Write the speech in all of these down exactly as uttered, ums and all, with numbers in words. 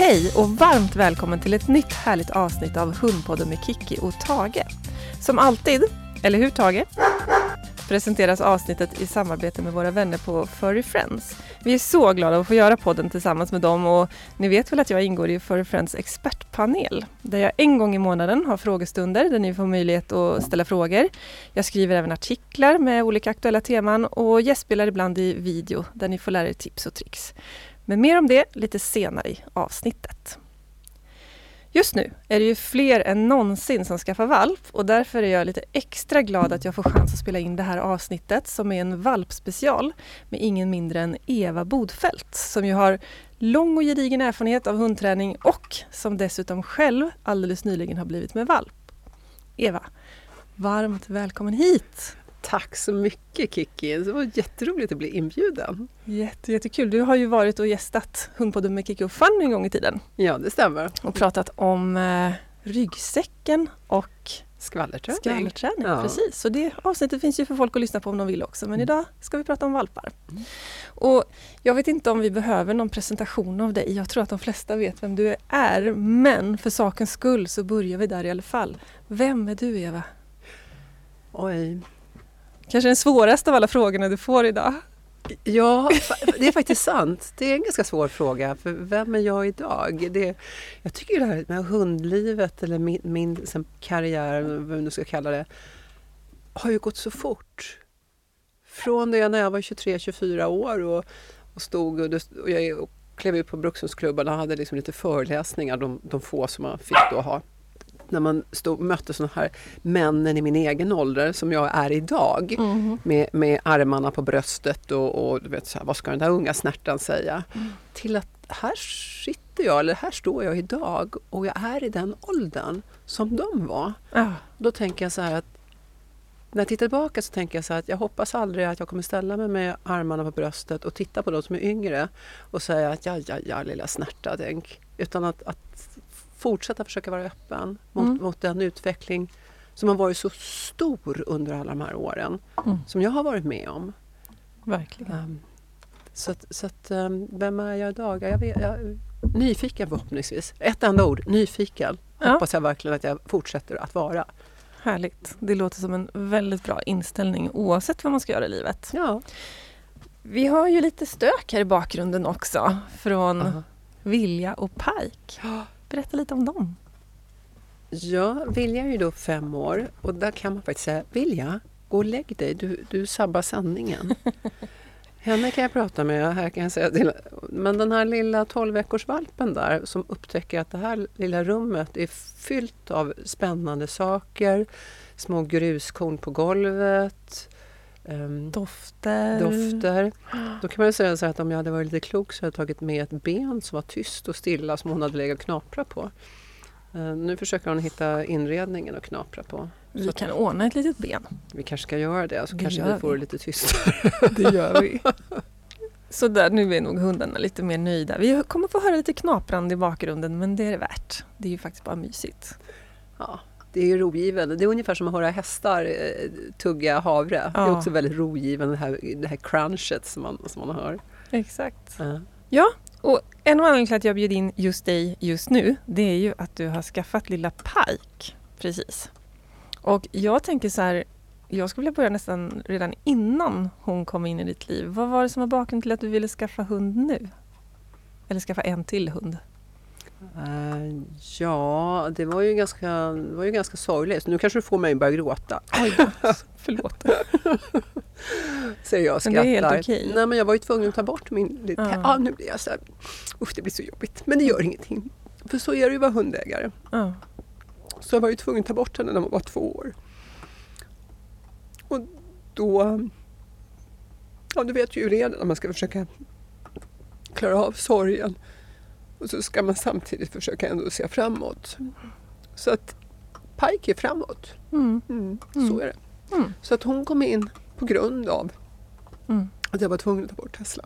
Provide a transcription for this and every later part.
Hej och varmt välkommen till ett nytt härligt avsnitt av Hundpodden med Kiki och Tage. Som alltid, eller hur Tage? Presenteras avsnittet i samarbete med våra vänner på Furry Friends. Vi är så glada att få göra podden tillsammans med dem och ni vet väl att jag ingår i Furry Friends expertpanel. Där jag en gång i månaden har frågestunder där ni får möjlighet att ställa frågor. Jag skriver även artiklar med olika aktuella teman och gästspelar ibland i video där ni får lära er tips och tricks. Men mer om det lite senare i avsnittet. Just nu är det ju fler än någonsin som skaffar valp och därför är jag lite extra glad att jag får chans att spela in det här avsnittet som är en valpspecial med ingen mindre än Eva Bodfeldt som ju har lång och gedigen erfarenhet av hundträning och som dessutom själv alldeles nyligen har blivit med valp. Eva, varmt välkommen hit! Tack så mycket Kiki, det var jätteroligt att bli inbjuden. Jätte, jättekul, du har ju varit och gästat Hundpodden med Kiki och Fanny en gång i tiden. Ja, det stämmer. Och pratat om eh, ryggsäcken och skvallerträning. skvallerträning ja. Precis, så det avsnittet finns ju för folk att lyssna på om de vill också. Men mm. idag ska vi prata om valpar. Mm. Och jag vet inte om vi behöver någon presentation av dig. Jag tror att de flesta vet vem du är. Men för sakens skull så börjar vi där i alla fall. Vem är du, Eva? Oj... Kanske den svåraste av alla frågorna du får idag. Ja, det är faktiskt sant. Det är en ganska svår fråga. För vem är jag idag? Det, jag tycker det här med hundlivet eller min, min liksom, karriär, vad man nu ska kalla det, har ju gått så fort. Från det när jag var tjugotre tjugofyra år och, och stod och, och jag och klev ut på Brukshundsklubbarna och hade liksom lite föreläsningar, de, de få som man fick då ha. När man stod, mötte såna här männen i min egen ålder som jag är idag. Mm. Med, med armarna på bröstet och, och du vet så här, vad ska den där unga snärtan säga? Mm. Till att här sitter jag, eller här står jag idag och jag är i den åldern som de var. Mm. Då tänker jag så här att när jag tittar tillbaka så tänker jag så här att jag hoppas aldrig att jag kommer ställa mig med armarna på bröstet och titta på de som är yngre och säga att ja, ja, ja, lilla snärta, tänk. Utan att, att fortsätta försöka vara öppen mot, mm. mot den utveckling som har varit så stor under alla de här åren. Mm. Som jag har varit med om. Verkligen. Um, så att, så att, um, vem är jag idag? Jag vet, jag, nyfiken förhoppningsvis. Ett enda ord, nyfiken. Ja. Hoppas jag verkligen att jag fortsätter att vara. Härligt. Det låter som en väldigt bra inställning oavsett vad man ska göra i livet. Ja. Vi har ju lite stök här i bakgrunden också. Från uh-huh. Vilja och Pike. Ja. Berätta lite om dem. Ja, Vilja är ju då fem år och där kan man faktiskt säga, Vilja, gå och lägg dig, du, du sabbar sanningen. Henne kan jag prata med, här kan jag säga till, men den här lilla tolv veckors valpen där som upptäcker att det här lilla rummet är fyllt av spännande saker, små gruskorn på golvet, Um, dofter. dofter. Då kan man säga så här att om jag hade varit lite klok så hade jag tagit med ett ben som var tyst och stilla som hon hade legat och knapra på. Uh, nu försöker hon hitta inredningen och knapra på. Vi så kan att, ordna ett litet ben. Vi kanske ska göra det så det kanske vi får vi. lite tystare. Det gör vi. Så där, nu är nog hundarna lite mer nöjda. Vi kommer få höra lite knaprande i bakgrunden men det är det värt. Det är ju faktiskt bara mysigt. Ja. Det är ju rogivande. Det är ungefär som att höra hästar eh, tugga havre. Ja. Det är också väldigt rogivande det här, det här crunchet som man, som man hör. Exakt. Uh. Ja, och en av anledningarna till att jag bjöd in just dig just nu det är ju att du har skaffat lilla Pike. Precis. Och jag tänker så här, jag skulle vilja börja nästan redan innan hon kom in i ditt liv. Vad var det som var bakgrunden till att du ville skaffa hund nu? Eller skaffa en till hund? Uh, ja, det var ju ganska, det var ju ganska sorgligt. Nu kanske du får mig att börja gråta. Oj, förlåt. Säger jag och skrattar. Men det är helt okej. Nej, men jag var ju tvungen att ta bort min... Lite, uh. ah, nu blir jag så här... Uff, det blir så jobbigt. Men det gör ingenting. För så är det ju att vara hundägare. Uh. Så jag var ju tvungen att ta bort henne när hon var två år. Och då... Ja, du vet ju hur det är när man ska försöka klara av sorgen. Och så ska man samtidigt försöka ändå se framåt. Så att Pike är framåt. Mm. Mm, mm. Så är det. Mm. Så att hon kom in på grund av mm. att jag var tvungen att ta bort Tesla.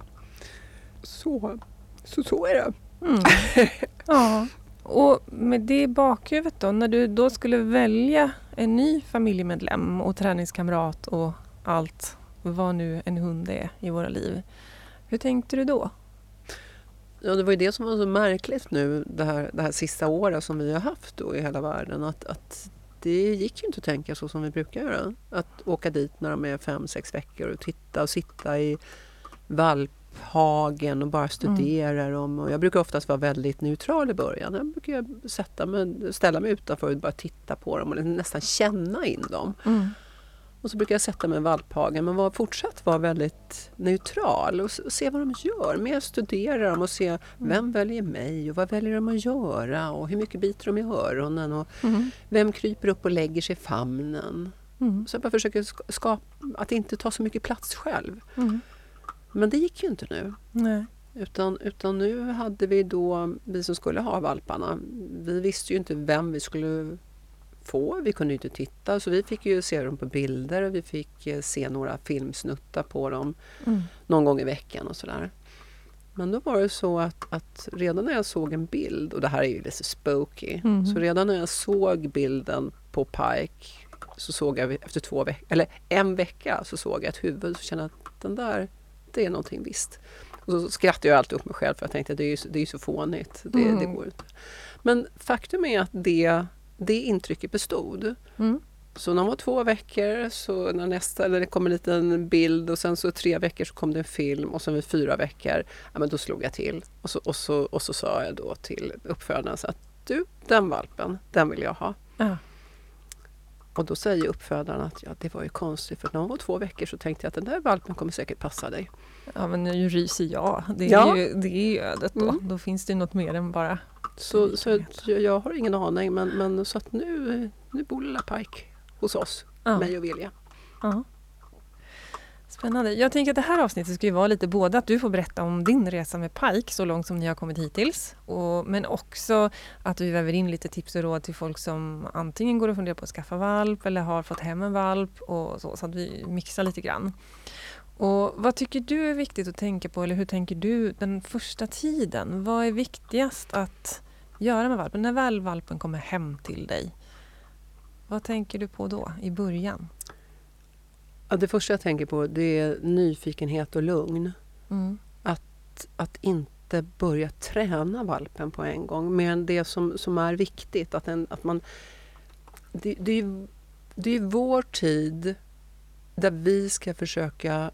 Så, så, så är det. Mm. Ja. Och med det i bakhuvudet då, när du då skulle välja en ny familjemedlem och träningskamrat och allt vad nu en hund är i våra liv. Hur tänkte du då? Ja, det var ju det som var så märkligt nu det här, det här sista året som vi har haft då i hela världen. Att, att det gick ju inte att tänka så som vi brukar göra. Att åka dit när de är fem, sex veckor och titta och sitta i valphagen och bara studera mm. dem. Och jag brukar oftast vara väldigt neutral i början. Jag brukar sätta mig, ställa mig utanför och bara titta på dem och nästan känna in dem. Mm. Och så brukar jag sätta mig i valphagen men var, fortsatt vara väldigt neutral och se vad de gör. Mer studera dem och se vem väljer mig och vad väljer de att göra och hur mycket biter de i öronen och mm. vem kryper upp och lägger sig i famnen. Mm. Så jag bara försöker skapa, att inte ta så mycket plats själv. Mm. Men det gick ju inte nu. Nej. Utan, utan nu hade vi då, vi som skulle ha valparna, vi visste ju inte vem vi skulle få. Vi kunde ju inte titta så vi fick ju se dem på bilder och vi fick se några filmsnuttar på dem mm. någon gång i veckan och sådär. Men då var det så att, att redan när jag såg en bild, och det här är ju lite spooky, mm. så redan när jag såg bilden på Pike så såg jag efter två veckor, eller en vecka så såg jag ett huvud och kände att den där, det är någonting visst. Och så skrattade jag alltid upp mig själv för jag tänkte att det är ju, det är ju så fånigt. Det, mm. det går inte. Men faktum är att det Det intrycket bestod. Mm. Så när det var två veckor, så när nästa, eller det kom en liten bild och sen så tre veckor så kom det en film och sen vid fyra veckor, ja men då slog jag till. Och så, och så, och så sa jag då till uppfödaren så att du, den valpen, den vill jag ha. Ja. Och då säger uppfödaren att ja, det var ju konstigt för när det var två veckor så tänkte jag att den där valpen kommer säkert passa dig. Ja men nu ryser jag. Det är, ja. ju, det är ju ödet då. Mm. Då finns det något mer än bara... Så, så jag, jag har ingen aning men, men så att nu, nu bor lilla Pike hos oss, ja. Mig och Vilja. Ja. Spännande. Jag tänker att det här avsnittet ska ju vara lite både att du får berätta om din resa med Pike så långt som ni har kommit hittills. Och, men också att vi väver in lite tips och råd till folk som antingen går och funderar på att skaffa valp eller har fått hem en valp och så, så att vi mixar lite grann. Och vad tycker du är viktigt att tänka på eller hur tänker du den första tiden? Vad är viktigast att göra med valpen? När väl valpen kommer hem till dig, vad tänker du på då i början? Ja, det första jag tänker på det är nyfikenhet och lugn. Mm. Att, att inte börja träna valpen på en gång. Men det som, som är viktigt. Att, en, att man, det, det, är, det är vår tid där vi ska försöka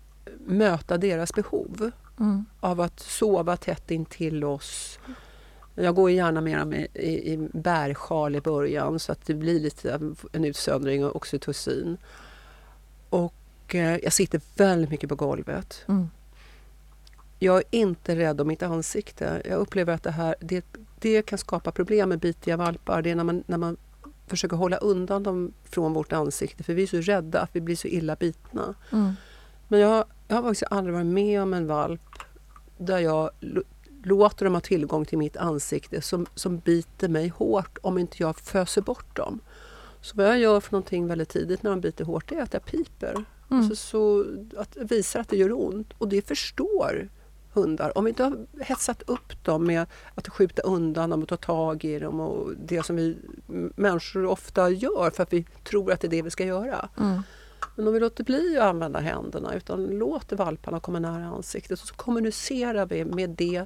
möta deras behov. Mm. Av att sova tätt in till oss. Jag går gärna mer med i, i bärsjal i början så att det blir lite en utsöndring av oxytocin. Och eh, jag sitter väldigt mycket på golvet. Mm. Jag är inte rädd om mitt ansikte. Jag upplever att det här det, det kan skapa problem med bitiga valpar. Det är när man, när man försöker hålla undan dem från vårt ansikte. För vi är så rädda att vi blir så illa bitna. Mm. Men jag, jag har faktiskt aldrig varit med om en valp där jag l- låter dem ha tillgång till mitt ansikte som, som biter mig hårt om inte jag föser bort dem. Så vad jag gör för någonting väldigt tidigt när de biter hårt det är att jag piper. Mm. Så, så att visar att det gör ont. Och det förstår hundar. Om vi inte har hetsat upp dem med att skjuta undan dem och ta tag i dem och det som vi människor ofta gör för att vi tror att det är det vi ska göra. Mm. Men om vi låter bli att använda händerna utan låter valparna komma nära ansiktet så kommunicerar vi med det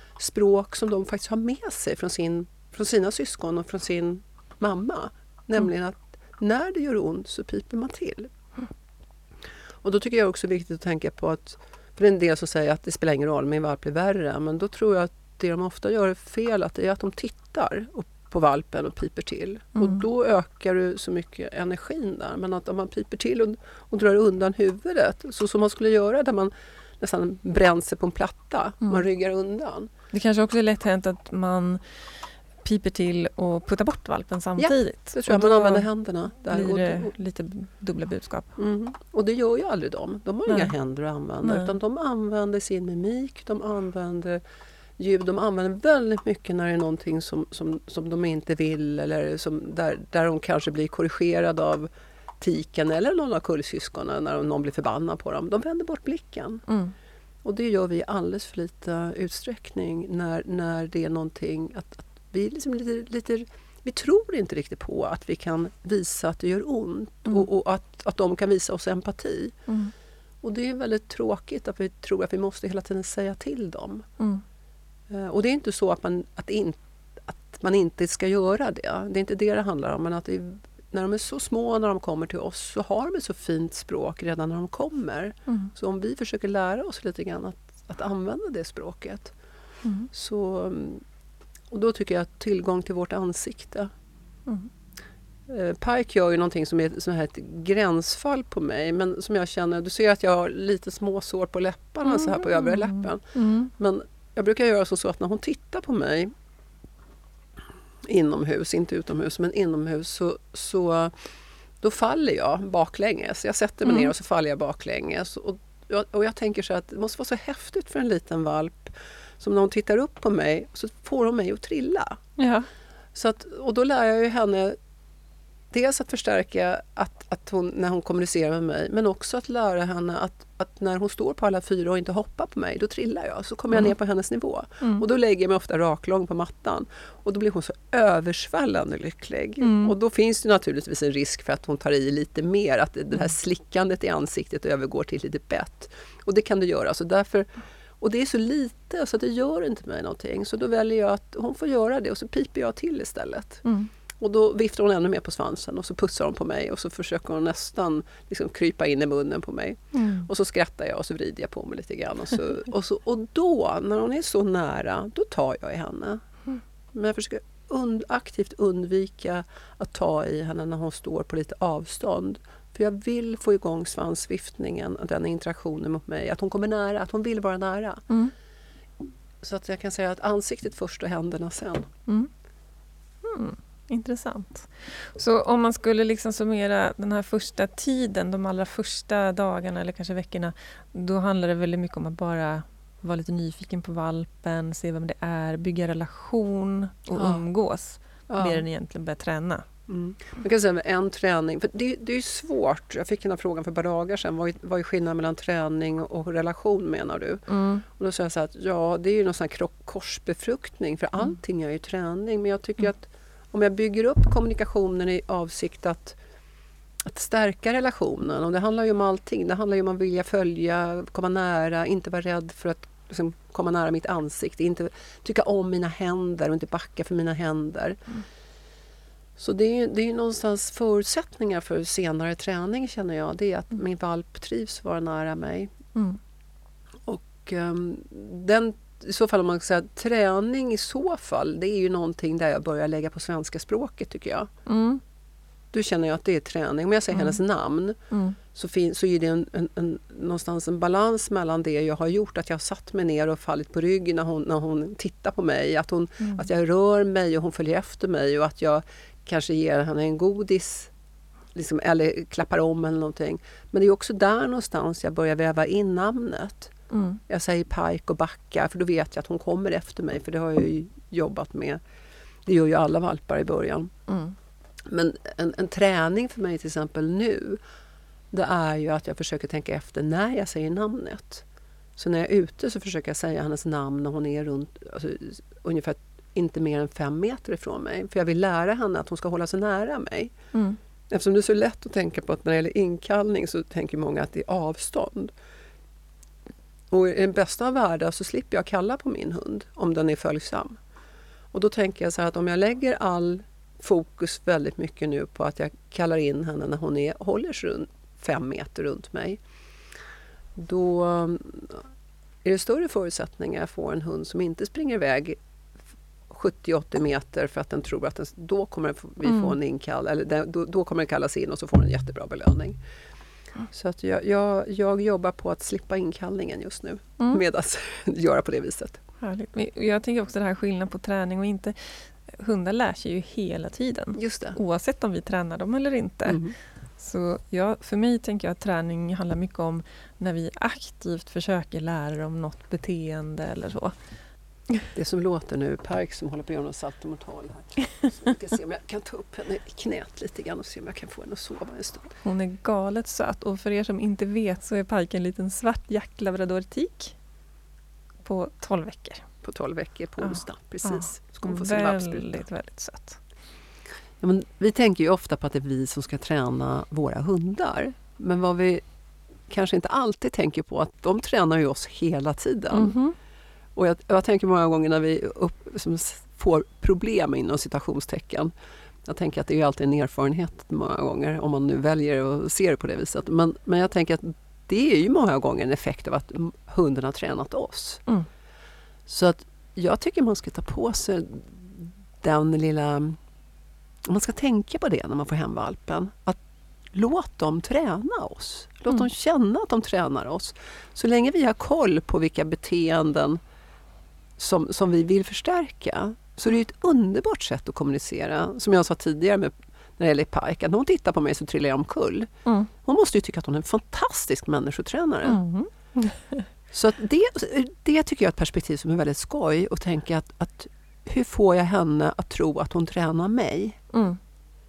språk som de faktiskt har med sig från, sin, från sina syskon och från sin mamma. Nämligen mm. att när det gör ont så piper man till. Mm. Och då tycker jag också viktigt att tänka på att, för det är en del som säger att det spelar ingen roll, min valp blir värre. Men då tror jag att det de ofta gör är fel, att det är att de tittar på valpen och piper till. Mm. Och då ökar du så mycket energin där. Men att om man piper till och, och drar undan huvudet, så som man skulle göra där man nästan bränner sig på en platta, mm. man ryggar undan. Det kanske också är lätt hänt att man piper till och puttar bort valpen samtidigt. Ja, det tror jag man använder händerna. Där. Blir det och, lite dubbla budskap. Mm. Och det gör ju aldrig de. De har Nej. inga händer att använda. Nej. Utan de använder sin mimik, de använder ljud. De använder väldigt mycket när det är någonting som, som, som de inte vill. Eller som, där, där de kanske blir korrigerade av tiken eller någon av kullsyskonen när någon blir förbannad på dem. De vänder bort blicken. Mm. Och det gör vi i alldeles för lite utsträckning när, när det är någonting att, att vi, liksom lite, lite, vi tror inte riktigt på att vi kan visa att det gör ont mm. och, och att, att de kan visa oss empati. Mm. Och det är väldigt tråkigt att vi tror att vi måste hela tiden säga till dem. Mm. Eh, och det är inte så att man, att, in, att man inte ska göra det. Det är inte det det handlar om. Men att det, när de är så små när de kommer till oss så har de ett så fint språk redan när de kommer. Mm. Så om vi försöker lära oss lite grann att, att använda det språket. Mm. Så, och då tycker jag att tillgång till vårt ansikte. Mm. Pike gör ju någonting som är så här ett gränsfall på mig, men som jag känner, du ser att jag har lite små sår på läpparna mm. så här på övre läppen. Mm. Men jag brukar göra så, så att när hon tittar på mig inomhus, inte utomhus, men inomhus så, så då faller jag baklänges. Jag sätter mig mm. ner och så faller jag baklänges. Och jag, och jag tänker så att det måste vara så häftigt för en liten valp som när hon tittar upp på mig så får hon mig att trilla. Ja. Så att, och då lär jag ju henne dels att förstärka att, att hon, när hon kommunicerar med mig, men också att lära henne att, att när hon står på alla fyra och inte hoppar på mig, då trillar jag. Så kommer mm. jag ner på hennes nivå. Mm. Och då lägger jag mig ofta raklång på mattan. Och då blir hon så översvällande lycklig. Mm. Och då finns det naturligtvis en risk för att hon tar i lite mer. Att det här slickandet i ansiktet övergår till lite bett. Och det kan det göra. Så därför, och det är så lite så att det gör inte mig någonting. Så då väljer jag att hon får göra det och så piper jag till istället. Mm. Och då viftar hon ännu mer på svansen och så pussar hon på mig och så försöker hon nästan liksom krypa in i munnen på mig. Mm. Och så skrattar jag och så vrider jag på mig lite grann. Och, så, och, så, och då, när hon är så nära, då tar jag i henne. Mm. Men jag försöker und, aktivt undvika att ta i henne när hon står på lite avstånd. För jag vill få igång svansviftningen och den interaktionen mot mig. Att hon kommer nära, att hon vill vara nära. Mm. Så att jag kan säga att ansiktet först och händerna sen. Mm. Mm. Intressant. Så om man skulle liksom summera den här första tiden, de allra första dagarna eller kanske veckorna, då handlar det väldigt mycket om att bara vara lite nyfiken på valpen, se vem det är, bygga relation och ja. umgås ja. mer än egentligen börja träna. Mm. Man kan säga med en träning, för det, det är ju svårt. Jag fick den här frågan för ett par dagar sedan. Vad är, vad är skillnaden mellan träning och relation menar du? Mm. Och då sa jag så här att ja, det är ju någon sån här korsbefruktning för mm. allting är ju träning. Men jag tycker mm. att om jag bygger upp kommunikationen i avsikt att, att stärka relationen, och det handlar ju om allting. Det handlar ju om att vilja följa, komma nära, inte vara rädd för att liksom, komma nära mitt ansikte. Inte tycka om mina händer och inte backa för mina händer. Mm. Så det är, det är någonstans förutsättningar för senare träning känner jag. Det är att mm. min valp trivs vara nära mig. Mm. Och um, den i så fall om man ska säga träning i så fall, det är ju någonting där jag börjar lägga på svenska språket tycker jag. Mm. Då känner jag att det är träning. Om jag säger mm. hennes namn mm. så, fin- så är det en, en, en, någonstans en balans mellan det jag har gjort. Att jag har satt mig ner och fallit på ryggen när hon, när hon tittar på mig. Att, hon, mm. att jag rör mig och hon följer efter mig. Och att jag kanske ger henne en godis liksom, eller klappar om eller någonting. Men det är också där någonstans jag börjar väva in namnet. Mm. Jag säger Pike och backa för då vet jag att hon kommer efter mig. För det har jag ju jobbat med. Det gör ju alla valpar i början. Mm. Men en, en träning för mig till exempel nu, det är ju att jag försöker tänka efter när jag säger namnet. Så när jag är ute så försöker jag säga hennes namn när hon är runt alltså, ungefär inte mer än fem meter ifrån mig. För jag vill lära henne att hon ska hålla sig nära mig. Mm. Eftersom det är så lätt att tänka på att när det gäller inkallning så tänker många att det är avstånd. Och i den bästa av världar så slipper jag kalla på min hund om den är följsam. Och då tänker jag så här att om jag lägger all fokus väldigt mycket nu på att jag kallar in henne när hon är, håller sig runt fem meter runt mig. Då är det större förutsättningar att få en hund som inte springer iväg sjuttio till åttio meter för att den tror att den, då kommer vi få en inkall, eller den, då, då kommer den kallas in och så får den en jättebra belöning. Så att jag, jag, jag jobbar på att slippa inkallningen just nu mm. med att göra på det viset. Härligt. Jag tänker också det här skillnaden på träning och inte. Hundar lär sig ju hela tiden. Just det. Oavsett om vi tränar dem eller inte. Mm. Så ja, för mig tänker jag att träning handlar mycket om när vi aktivt försöker lära dem något beteende eller så. Det som låter nu, Park som håller på att göra något saltomortal här. Så jag ska se om jag kan ta upp henne i knät lite grann och se om jag kan få henne att sova en stund. Hon är galet söt och för er som inte vet så är Park en liten svart jacklabrador-tik på tolv veckor. På tolv veckor på onsdag, ja. Precis. Ja. Så kommer få sin väldigt, väldigt söt. Ja, men vi tänker ju ofta på att det är vi som ska träna våra hundar. Men vad vi kanske inte alltid tänker på att de tränar ju oss hela tiden. Mm-hmm. Och jag, jag tänker många gånger när vi upp, som får problem inom citationstecken. Jag tänker att det är alltid en erfarenhet många gånger om man nu väljer att se det på det viset. Men, men jag tänker att det är ju många gånger en effekt av att hunden har tränat oss. Mm. Så att jag tycker man ska ta på sig den lilla... Man ska tänka på det när man får hem valpen. Att låt dem träna oss. Låt mm. dem känna att de tränar oss. Så länge vi har koll på vilka beteenden som, som vi vill förstärka, så det är ett underbart sätt att kommunicera. Som jag sa tidigare med, när det gäller Pike. När hon tittar på mig så trillar jag omkull. Mm. Hon måste ju tycka att hon är en fantastisk människotränare. Mm. Så att det, det tycker jag är ett perspektiv som är väldigt skoj. Och tänka att, att hur får jag henne att tro att hon tränar mig? Mm.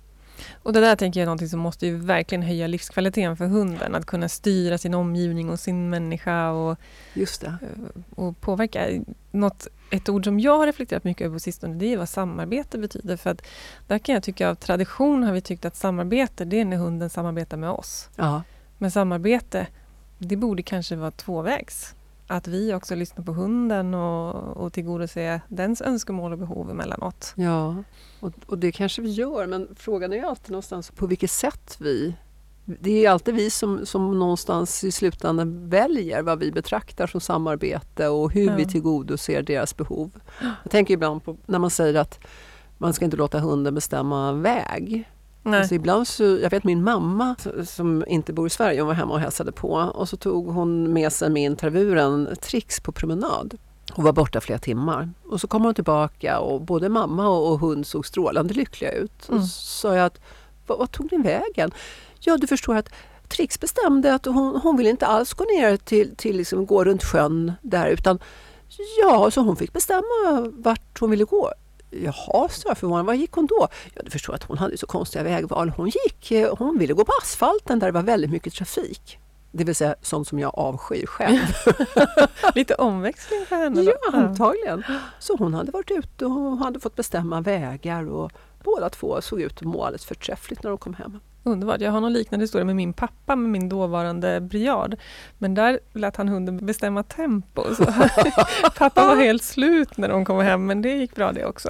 Och det där tänker jag är någonting som måste ju verkligen höja livskvaliteten för hunden. Att kunna styra sin omgivning och sin människa och, Just det. och påverka. Något, ett ord som jag har reflekterat mycket över på sistone, det är vad samarbete betyder. För att där kan jag tycka av tradition har vi tyckt att samarbete, det är när hunden samarbetar med oss. Ja. Men samarbete, det borde kanske vara tvåvägs. Att vi också lyssnar på hunden och, och tillgodoser dens önskemål och behov emellanåt. Ja, och, och det kanske vi gör. Men frågan är ju alltid någonstans på vilket sätt vi... Det är alltid vi som, som någonstans i slutändan väljer vad vi betraktar som samarbete och hur ja. vi tillgodoser deras behov. Jag tänker ibland på när man säger att man ska inte låta hunden bestämma väg. Alltså ibland så, jag vet min mamma som inte bor i Sverige, hon var hemma och hälsade på och så tog hon med sig min Tervuren Trix på promenad och var borta flera timmar. Och så kom hon tillbaka och både mamma och, och hund såg strålande lyckliga ut. Mm. Och så sa jag att, vad, vad tog din vägen? Ja, du förstår att Trix bestämde att hon, hon ville inte alls gå ner till, till liksom gå runt sjön där utan ja, så hon fick bestämma vart hon ville gå. Jaha, så jag förvånad. Var gick hon då? Ja, du förstår att hon hade så konstiga vägval. Hon gick, hon ville gå på asfalten där det var väldigt mycket trafik. Det vill säga sånt som jag avskyr själv. Lite omväxling för henne då? Ja, antagligen. Så hon hade varit ute och hon hade fått bestämma vägar och båda två såg ut att må alldeles förträffligt när de kom hem. Underbart. Jag har någon liknande historia med min pappa med min dåvarande briad. Men där lät han hunden bestämma tempo. Så pappa var helt slut när de kom hem, men det gick bra det också.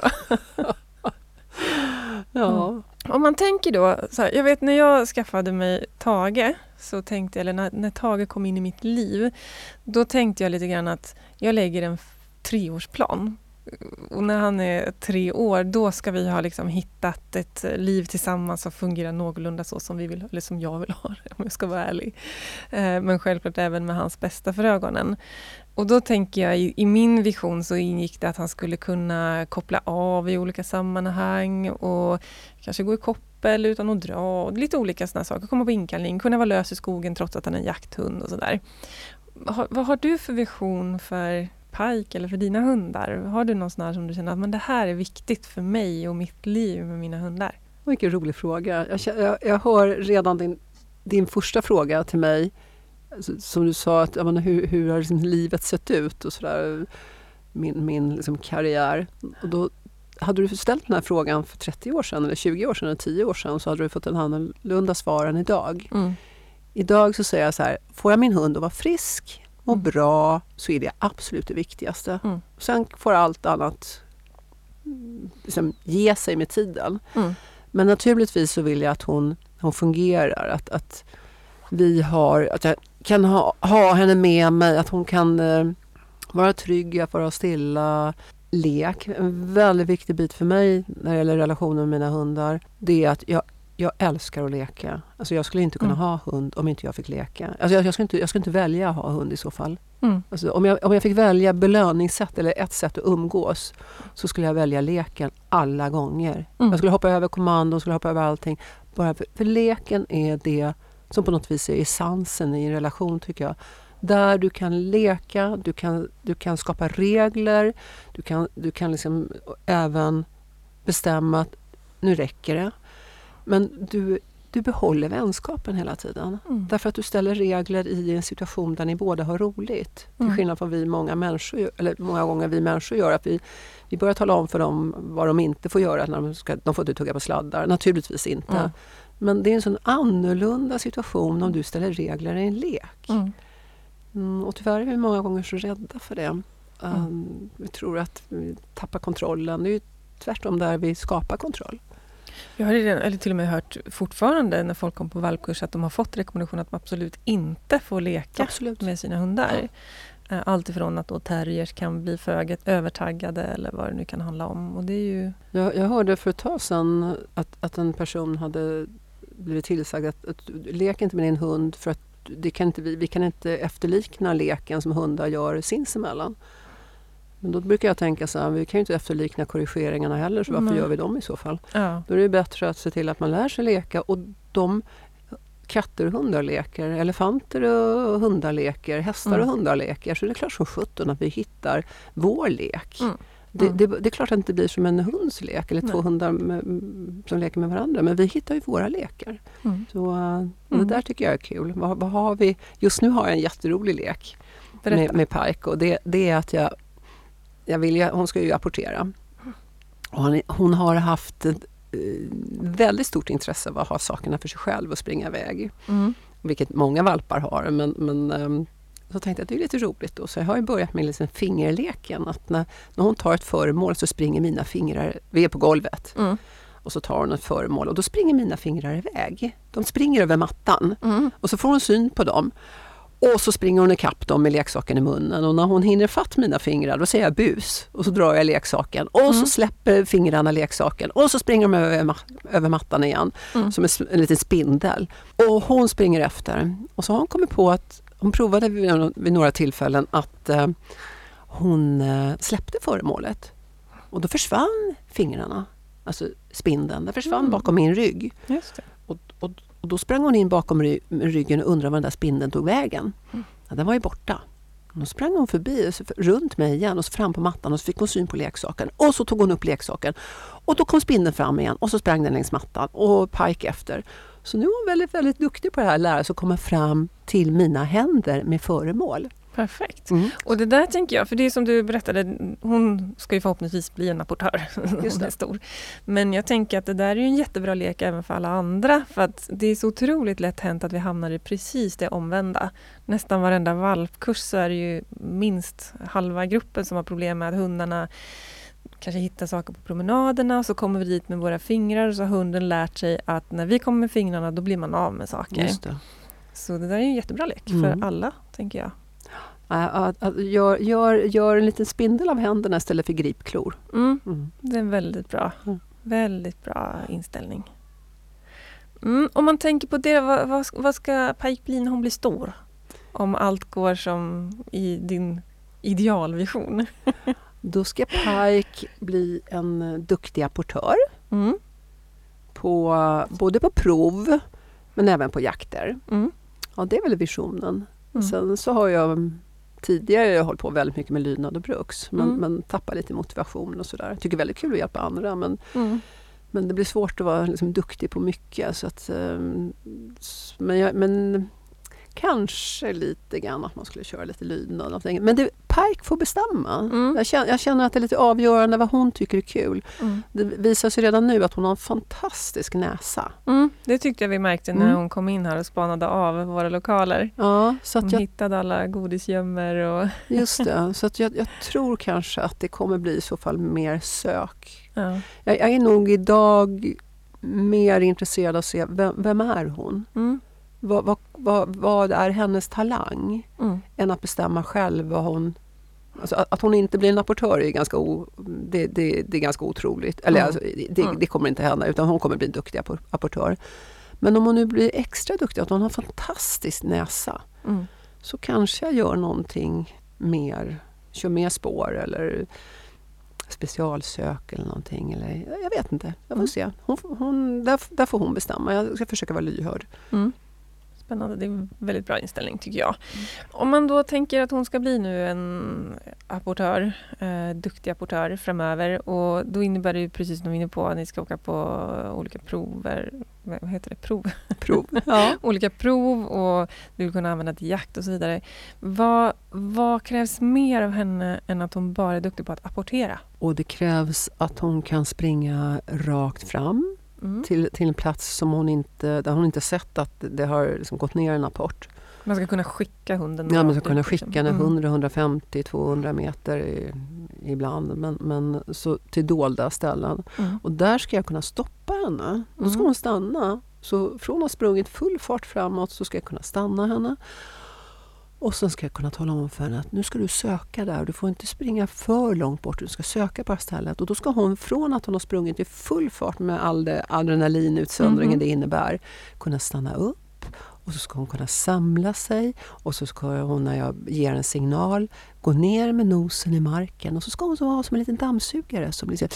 Ja. Mm. Om man tänker då, så här, jag vet när jag skaffade mig Tage, så tänkte jag, eller när, när Tage kom in i mitt liv, då tänkte jag lite grann att jag lägger en treårsplan. Och när han är tre år, då ska vi ha liksom hittat ett liv tillsammans som fungerar någorlunda så som vi vill, eller som jag vill ha det, om jag ska vara ärlig. Eh, men självklart även med hans bästa för ögonen. Och då tänker jag, i, i min vision så ingick det att han skulle kunna koppla av i olika sammanhang och kanske gå i koppel utan att dra. Och lite olika sådana saker, komma på inkallning, kunna vara lös i skogen trots att han är en jakthund och sådär. Ha, vad har du för vision för Pike eller för dina hundar? Har du någon sån här som du känner att men det här är viktigt för mig och mitt liv med mina hundar? Vilken rolig fråga. Jag, jag, jag hör redan din, din första fråga till mig. Som du sa, att, menar, hur, hur har liksom livet sett ut och sådär. Min, min liksom karriär. Och då hade du ställt den här frågan för trettio år sedan eller tjugo år sedan eller tio år sedan så hade du fått en annorlunda svar än idag. Mm. Idag så säger jag så här, får jag min hund att vara frisk och mm. bra så är det absolut det viktigaste. Mm. Sen får allt annat liksom, ge sig med tiden. Mm. Men naturligtvis så vill jag att hon, hon fungerar. Att, att vi har, att jag kan ha, ha henne med mig. Att hon kan eh, vara trygg, att vara stilla. Lek. En väldigt viktig bit för mig när det gäller relationen med mina hundar. Det är att jag Jag älskar att leka. Alltså jag skulle inte kunna mm. ha hund om inte jag fick leka. Alltså jag, jag, skulle inte, jag skulle inte välja att ha hund i så fall. Mm. Alltså om, jag, om jag fick välja belöningssätt eller ett sätt att umgås så skulle jag välja leken alla gånger. Mm. Jag skulle hoppa över kommandon, skulle hoppa över allting. Bara för, för leken är det som på något vis är essensen i en relation tycker jag. Där du kan leka, du kan, du kan skapa regler, du kan, du kan liksom även bestämma att nu räcker det. Men du, du behåller vänskapen hela tiden. Mm. Därför att du ställer regler i en situation där ni båda har roligt. Mm. Till skillnad från vi många människor, eller många gånger vi människor gör. Att vi, vi börjar tala om för dem vad de inte får göra. När de, ska, de får inte tugga på sladdar. Naturligtvis inte. Mm. Men det är en sån annorlunda situation om du ställer regler i en lek. Mm. Mm, och tyvärr är vi många gånger så rädda för det. Um, Mm. Vi tror att vi tappar kontrollen. Det är ju tvärtom där vi skapar kontroll. Jag har redan, eller till och med hört fortfarande när folk kommer på valpkurs att de har fått rekommendation att man absolut inte får leka Absolut. med sina hundar. Ja. Allt ifrån att då terriers kan bli för övertaggade eller vad det nu kan handla om. Och det är ju... jag, jag hörde för ett tag sedan att, att en person hade blivit tillsagd att, att lek inte med din hund för att det kan inte, vi, vi kan inte efterlikna leken som hundar gör sinsemellan. Men då brukar jag tänka så här, vi kan ju inte efterlikna korrigeringarna heller, så varför Nej. gör vi dem i så fall? Ja. Då är det bättre att se till att man lär sig leka, och de katter och hundar leker, elefanter och hundar leker, hästar Mm. och hundar leker, så det är klart som sjutton att vi hittar vår lek. Mm. Det, Mm. det, det är klart att det inte blir som en hunds lek eller Nej. två hundar med, som leker med varandra, men vi hittar ju våra lekar. Mm. Så uh, Mm. det där tycker jag är kul. Vad, vad har vi? Just nu har jag en jätterolig lek med, med Pike, och det, det är att jag, jag vill, hon ska ju apportera. Och hon, hon har haft ett uh, väldigt stort intresse av att ha sakerna för sig själv och springa iväg. Mm. Vilket många valpar har, men, men um, så tänkte jag att det är lite roligt då. Så jag har ju börjat med liksom fingerleken. Att när, när hon tar ett föremål så springer mina fingrar, vi är på golvet. Mm. Och så tar hon ett föremål och då springer mina fingrar iväg. De springer över mattan. Mm. Och så får hon syn på dem. Och så springer hon ikapp dem med leksaken i munnen. Och när hon hinner fatt mina fingrar, då säger jag bus. Och så drar jag leksaken. Och Mm. så släpper fingrarna leksaken. Och så springer de över, ma- över mattan igen. Mm. Som en, en liten spindel. Och hon springer efter. Och så har hon kommit på att hon provade vid, vid några tillfällen att eh, hon eh, släppte föremålet. Och då försvann fingrarna. Alltså spindeln. Den försvann Mm. bakom min rygg. Just det. Och, och, och då sprang hon in bakom ry- ryggen och undrade var den där spindeln tog vägen. Mm. Ja, den var ju borta. Och då sprang hon förbi, så, runt mig igen och så fram på mattan, och så fick hon syn på leksaken. Och så tog hon upp leksaken. Och då kom spindeln fram igen och så sprang den längs mattan och Pike efter. Så nu är hon väldigt, väldigt duktig på det här, lära sig att komma fram till mina händer med föremål. Perfekt. Mm. Och det där tänker jag, för det är som du berättade, hon ska ju förhoppningsvis bli en apportör. Hon är stor. Men jag tänker att det där är ju en jättebra lek även för alla andra, för att det är så otroligt lätt hänt att vi hamnar i precis det omvända. Nästan varenda valpkurs så är det ju minst halva gruppen som har problem med att hundarna kanske hittar saker på promenaderna, och så kommer vi dit med våra fingrar, och så har hunden lärt sig att när vi kommer med fingrarna då blir man av med saker. Just det. Så det där är en jättebra lek Mm. för alla, tänker jag. Att, att, att gör, gör, gör en liten spindel av händerna istället för gripklor. Mm. Mm. Det är en väldigt bra, Mm. väldigt bra inställning. Mm, om man tänker på det, vad, vad, vad ska Pike bli när hon blir stor? Om allt går som i din idealvision. Då ska Pike bli en duktig apportör. Mm. På, både på prov men även på jakter. Mm. Ja, det är väl visionen. Mm. Sen så har jag tidigare hållit på väldigt mycket med lydnad och bruks. Men, Mm. men tappar lite motivation och sådär. Jag tycker det är väldigt kul att hjälpa andra. Men, Mm. men det blir svårt att vara liksom duktig på mycket. Så att, um, s- men, jag, men kanske lite grann att man skulle köra lite lydnad. och någonting. Men det, Pike får bestämma. Mm. Jag, känner, jag känner att det är lite avgörande vad hon tycker är kul. Mm. Det visar sig redan nu att hon har en fantastisk näsa. Mm. Det tyckte jag vi märkte när Mm. hon kom in här och spanade av våra lokaler. Ja, så Hon att jag, hittade alla godisgömmor och... just det. Så att jag, jag tror kanske att det kommer bli i så fall mer sök. Ja. Jag, jag är nog idag mer intresserad av att se vem, vem är hon? Mm. Vad, vad, vad, vad är hennes talang? Mm. Än att bestämma själv vad hon... Alltså att, att hon inte blir en apportör är ganska, o, det, det, det är ganska otroligt. Eller Mm. alltså, det, Mm. det kommer inte hända, utan hon kommer bli en duktig appor- apportör. Men om hon nu blir extra duktig, att hon har en fantastisk näsa, Mm. så kanske jag gör någonting mer, kör mer spår eller specialsök eller någonting. Eller, jag vet inte, jag får Mm. se. Hon, där, där får hon bestämma. Jag ska försöka vara lyhörd. Mm. Spännande, det är en väldigt bra inställning tycker jag. Om man då tänker att hon ska bli nu en apportör, eh, duktig apportör framöver, och då innebär det ju precis som vi var inne på att ni ska åka på olika prover, vad heter det, prov? Prov. Ja. olika prov och du vill kunna använda till jakt och så vidare. Vad, vad krävs mer av henne än att hon bara är duktig på att apportera? Och det krävs att hon kan springa rakt fram Mm. till, till en plats som hon inte, där hon inte sett att det har liksom gått ner en apport. Man ska kunna skicka hunden. Ja, man ska ut, kunna liksom. skicka den Mm. hundra, hundrafemtio, tvåhundra meter i, ibland. Men, men så till dolda ställen. Mm. Och där ska jag kunna stoppa henne. Då ska Mm. hon stanna. Så från att ha sprungit full fart framåt så ska jag kunna stanna henne. Och sen ska jag kunna tala om för henne att nu ska du söka där. Du får inte springa för långt bort. Du ska söka på stället. Och då ska hon från att hon har sprungit i full fart med all det adrenalinutsöndringen Mm. det innebär kunna stanna upp. Och så ska hon kunna samla sig. Och så ska hon, när jag ger en signal, gå ner med nosen i marken. Och så ska hon så ha som en liten dammsugare som blir så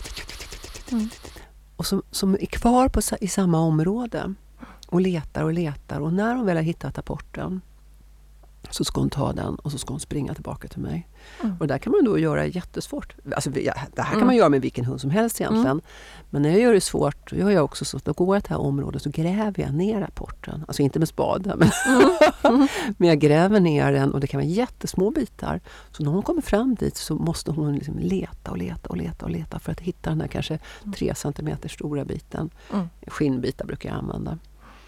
Mm. och som, som är kvar på, i samma område. Och letar och letar. Och när hon väl har hittat apporten så ska hon ta den och så ska hon springa tillbaka till mig. Mm. Och där kan man då göra jättesvårt. Alltså, ja, det här kan Mm. man göra med vilken hund som helst egentligen. Mm. Men när jag gör det svårt, då gör jag också så att då går jag till det här området så gräver jag ner rapporten. Alltså inte med spade, men, Mm. Mm. men jag gräver ner den och det kan vara jättesmå bitar. Så när hon kommer fram dit så måste hon liksom leta och leta och leta och leta för att hitta den här kanske tre centimeter stora biten. Mm. Skinnbitar brukar jag använda.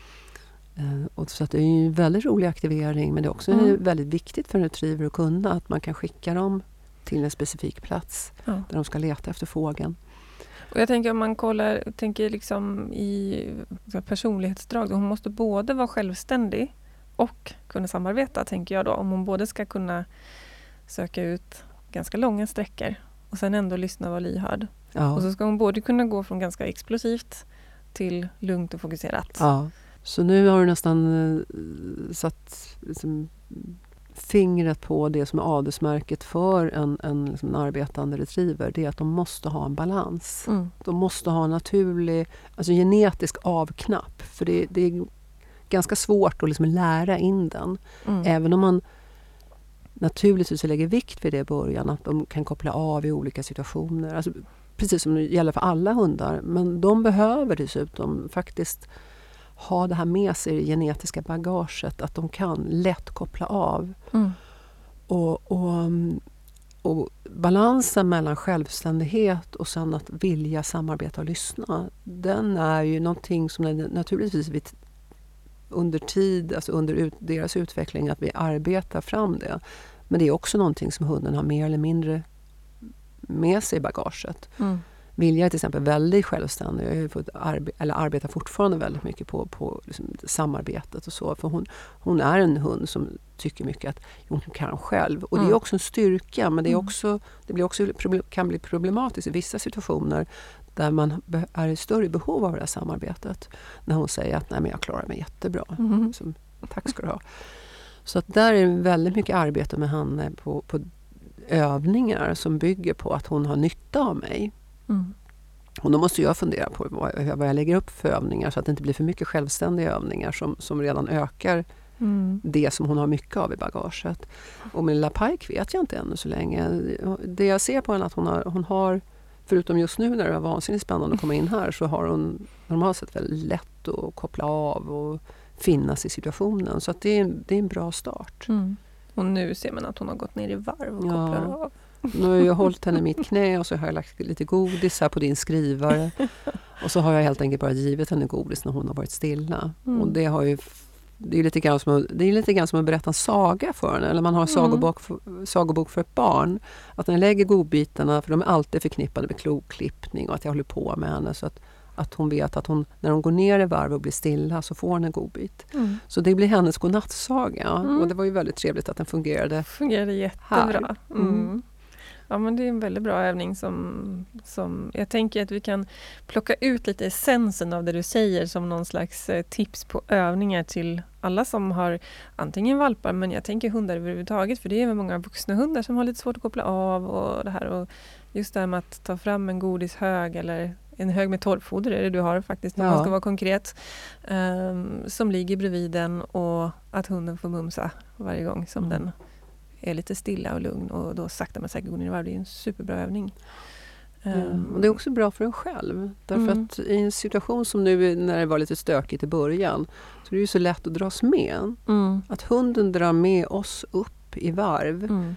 Och så att det är ju en väldigt rolig aktivering, men det är också Mm. väldigt viktigt för en retriever att kunna att man kan skicka dem till en specifik plats Ja. där de ska leta efter fågeln. Och jag tänker om man kollar, tänker liksom i personlighetsdrag, hon måste både vara självständig och kunna samarbeta, tänker jag då. Om hon både ska kunna söka ut ganska långa sträckor och sen ändå lyssna och vara lyhörd. Ja. Och så ska hon både kunna gå från ganska explosivt till lugnt och fokuserat. Ja. Så nu har du nästan uh, satt liksom, fingret på det som är adelsmärket för en, en, liksom, en arbetande retriever. Det är att de måste ha en balans. Mm. De måste ha en naturlig, alltså genetisk avknapp. För det, det är ganska svårt att liksom lära in den. Mm. Även om man naturligtvis lägger vikt vid det i början. Att de kan koppla av i olika situationer. Alltså, precis som det gäller för alla hundar. Men de behöver dessutom faktiskt ha det här med sig i det genetiska bagaget. Att de kan lätt koppla av. Mm. Och, och, och balansen mellan självständighet och sen att vilja samarbeta och lyssna. Den är ju någonting som naturligtvis vi under tid, alltså under ut, deras utveckling, att vi arbetar fram det. Men det är också någonting som hunden har mer eller mindre med sig i bagaget. Mm. Vilja är till exempel väldigt självständig. Jag har fått arbe- eller arbetar fortfarande väldigt mycket på, på liksom samarbetet och så. För hon, hon är en hund som tycker mycket att hon kan själv. Och det är Mm. också en styrka, men det, är Mm. också, det blir också problem, kan bli problematiskt i vissa situationer där man be- är i större behov av det här samarbetet. När hon säger att nej, men jag klarar mig jättebra. Mm. Så, tack ska du ha. Så att där är det väldigt mycket arbete med henne på, på övningar som bygger på att hon har nytta av mig. Mm. Och då måste jag fundera på vad, vad jag lägger upp för övningar så att det inte blir för mycket självständiga övningar som, som redan ökar Mm. det som hon har mycket av i bagaget. Och med lilla Pike vet jag inte ännu så länge. Det jag ser på henne är att hon har, hon har, förutom just nu när det var vansinnigt spännande att komma in här, så har hon normalt sett väldigt lätt att koppla av och finnas i situationen. Så att det, är, det är en bra start. Mm. Och nu ser man att hon har gått ner i varv och Ja. kopplar av. Nu har jag hållit henne i mitt knä och så har jag lagt lite godis här på din skrivare. Och så har jag helt enkelt bara givit henne godis när hon har varit stilla. Mm. Och det har ju, det är lite grann som att, det är lite grann som att berätta en saga för henne. Eller man har en sagobok för, sagobok för ett barn. Att när jag lägger godbitarna, för de är alltid förknippade med kloklippning och att jag håller på med henne. Så att, att hon vet att hon, när hon går ner i varv och blir stilla så får hon en godbit. Mm. Så det blir hennes godnattsaga. Mm. Och det var ju väldigt trevligt att den fungerade. Fungerade jättebra. Mm. Mm. Ja, men det är en väldigt bra övning som, som jag tänker att vi kan plocka ut lite essensen av det du säger som någon slags eh, tips på övningar till alla som har antingen valpar, men jag tänker hundar överhuvudtaget, för det är väl många vuxna hundar som har lite svårt att koppla av och det här, och just det här med att ta fram en godishög eller en hög med torrfoder är det du har faktiskt, om Ja. man ska vara konkret, um, som ligger bredvid den, och att hunden får mumsa varje gång som Mm. den är lite stilla och lugn, och då sakta men säkert går ner i varv. Det är en superbra övning. Mm. Um, Och det är också bra för en själv. Därför Mm. att i en situation som nu när det var lite stökigt i början, så är det ju så lätt att dras med. mm, Att hunden drar med oss upp i varv. mm,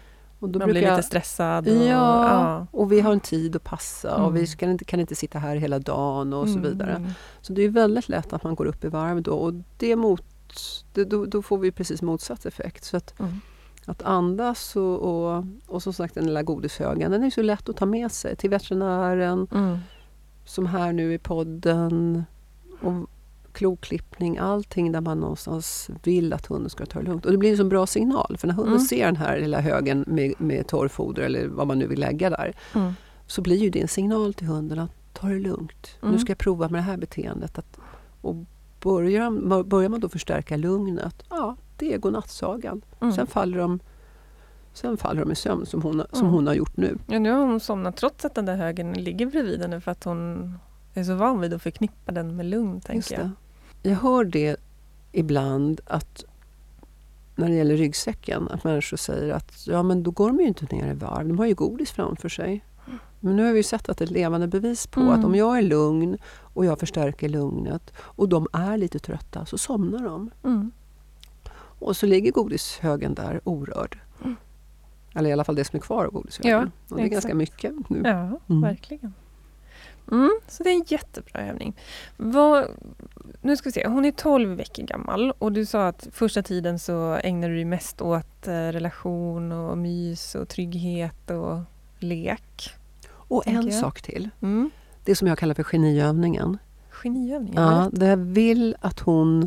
Och då Man brukar blir jag, lite stressad. Och, ja, ja, och vi har en tid att passa Mm. och vi kan inte, kan inte sitta här hela dagen och så Mm. vidare. Så det är väldigt lätt att man går upp i varv då och det mot, det, då, då får vi precis motsatt effekt. Så att, Mm. att andas och, och, och som sagt den lilla godishögen, den är så lätt att ta med sig till veterinären, Mm. som här nu i podden, och kloklippning, allting där man någonstans vill att hunden ska ta det lugnt. Och det blir en så bra signal, för när hunden Mm. ser den här lilla högen med, med torrfoder eller vad man nu vill lägga där, Mm. så blir ju det en signal till hunden att ta det lugnt. Mm. Nu ska jag prova med det här beteendet. Att, och börjar, börjar man då förstärka lugnet, ja, det är godnattsagan. Mm. Sen faller de Sen faller de i sömn som hon, som Mm. hon har gjort nu. Ja, nu har hon somnat trots att den där högen ligger bredvid henne för att hon är så van vid att förknippa den med lugn, Just tänker jag. det. Jag hör det ibland att när det gäller ryggsäcken, att människor säger att ja, men då går de ju inte ner i varv. De har ju godis framför sig. Men nu har vi ju sett att det är ett levande bevis på Mm. att om jag är lugn och jag förstärker lugnet och de är lite trötta, så somnar de. Mm. Och så ligger godishögen där orörd. Mm. Eller i alla fall det som är kvar av godishögen. Ja, och det är exakt. ganska mycket nu. Ja, Mm. verkligen. Mm, så det är en jättebra övning. Vad, nu ska vi se, hon är tolv veckor gammal och du sa att första tiden så ägnar du dig mest åt eh, relation och mys och trygghet och lek. Och tänker en jag. sak till. Mm. Det som jag kallar för geniövningen. Geniövningar. Ja, rätt? där jag vill att hon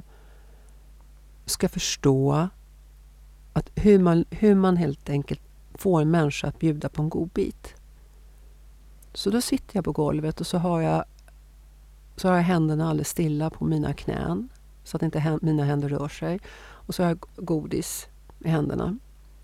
ska förstå att hur man, hur man helt enkelt får en människa att bjuda på en god bit. Så då sitter jag på golvet och så har jag, så har jag händerna alldeles stilla på mina knän så att inte hän- mina händer rör sig. Och så har jag godis i händerna.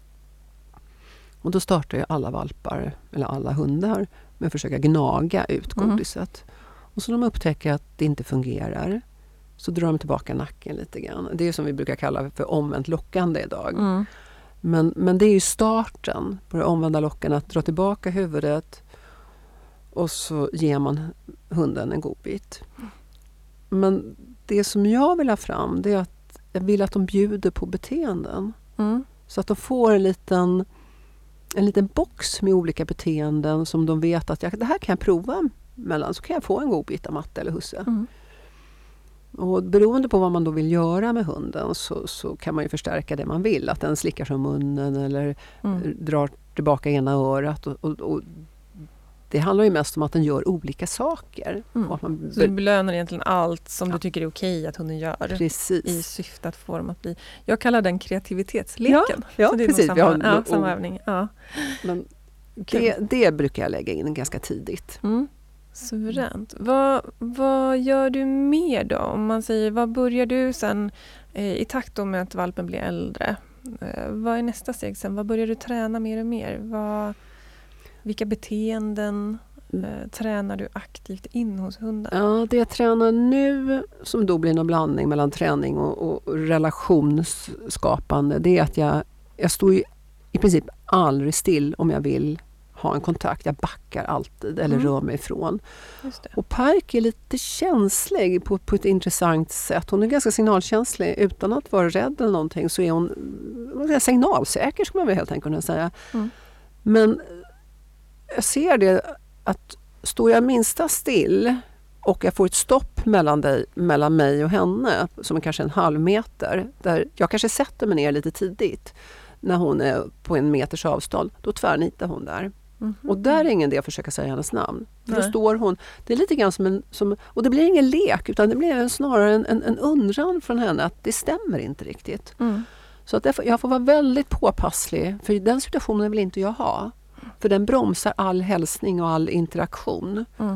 Och då startar ju alla valpar, eller alla hundar, med att försöka gnaga ut Mm. godiset. Och så när de upptäcker att det inte fungerar, så drar de tillbaka nacken lite grann. Det är som vi brukar kalla för omvänt lockande idag. Mm. Men, men det är ju starten på det omvända lockande, att dra tillbaka huvudet och så ger man hunden en god bit. Men det som jag vill ha fram, det är att jag vill att de bjuder på beteenden. Mm. Så att de får en liten, en liten box med olika beteenden som de vet att jag, det här kan jag prova mellan, så kan jag få en god bit av matte eller husse. Mm. Och beroende på vad man då vill göra med hunden så, så kan man ju förstärka det man vill. Att den slickar som munnen eller Mm. drar tillbaka ena örat. Och, och, och det handlar ju mest om att den gör olika saker. Mm. Och att man Så du belönar egentligen allt som Ja. du tycker är okej att hunden gör precis. i syfte att få dem att bli... Jag kallar den kreativitetsleken. Ja, Så det är precis. nog Vi har samma, en- ja, samma och- övning. Ja. Men Kul. det, det brukar jag lägga in ganska tidigt. Mm. Suveränt. Vad, vad gör du mer då? Om man säger, vad börjar du sen eh, i takt då med att valpen blir äldre? Eh, vad är nästa steg sen? Vad börjar du träna mer och mer? Vad, vilka beteenden eh, tränar du aktivt in hos hunden? Ja, det jag tränar nu, som då blir en blandning mellan träning och, och relationsskapande, det är att jag, jag står ju i princip aldrig still om jag vill ha en kontakt. Jag backar alltid eller Mm. rör mig ifrån. Just det. Och Park är lite känslig på, på ett intressant sätt. Hon är ganska signalkänslig. Utan att vara rädd eller någonting så är hon vad ska jag säga, signalsäker, skulle man väl helt enkelt kunna säga. Mm. Men jag ser det att står jag minsta still och jag får ett stopp mellan, dig, mellan mig och henne som är kanske en halv meter, där jag kanske sätter mig ner lite tidigt när hon är på en meters avstånd, då tvärnitar hon där. Mhm. Och där är ingen idé att försöka säga hennes namn. För då Nej. står hon, det är lite grann som en, som, och det blir ingen lek utan det blir snarare en, en, en undran från henne att det stämmer inte riktigt. Mm. Så att jag får, jag får vara väldigt påpasslig, för den situationen vill inte jag ha. För den bromsar all hälsning och all interaktion. Mm.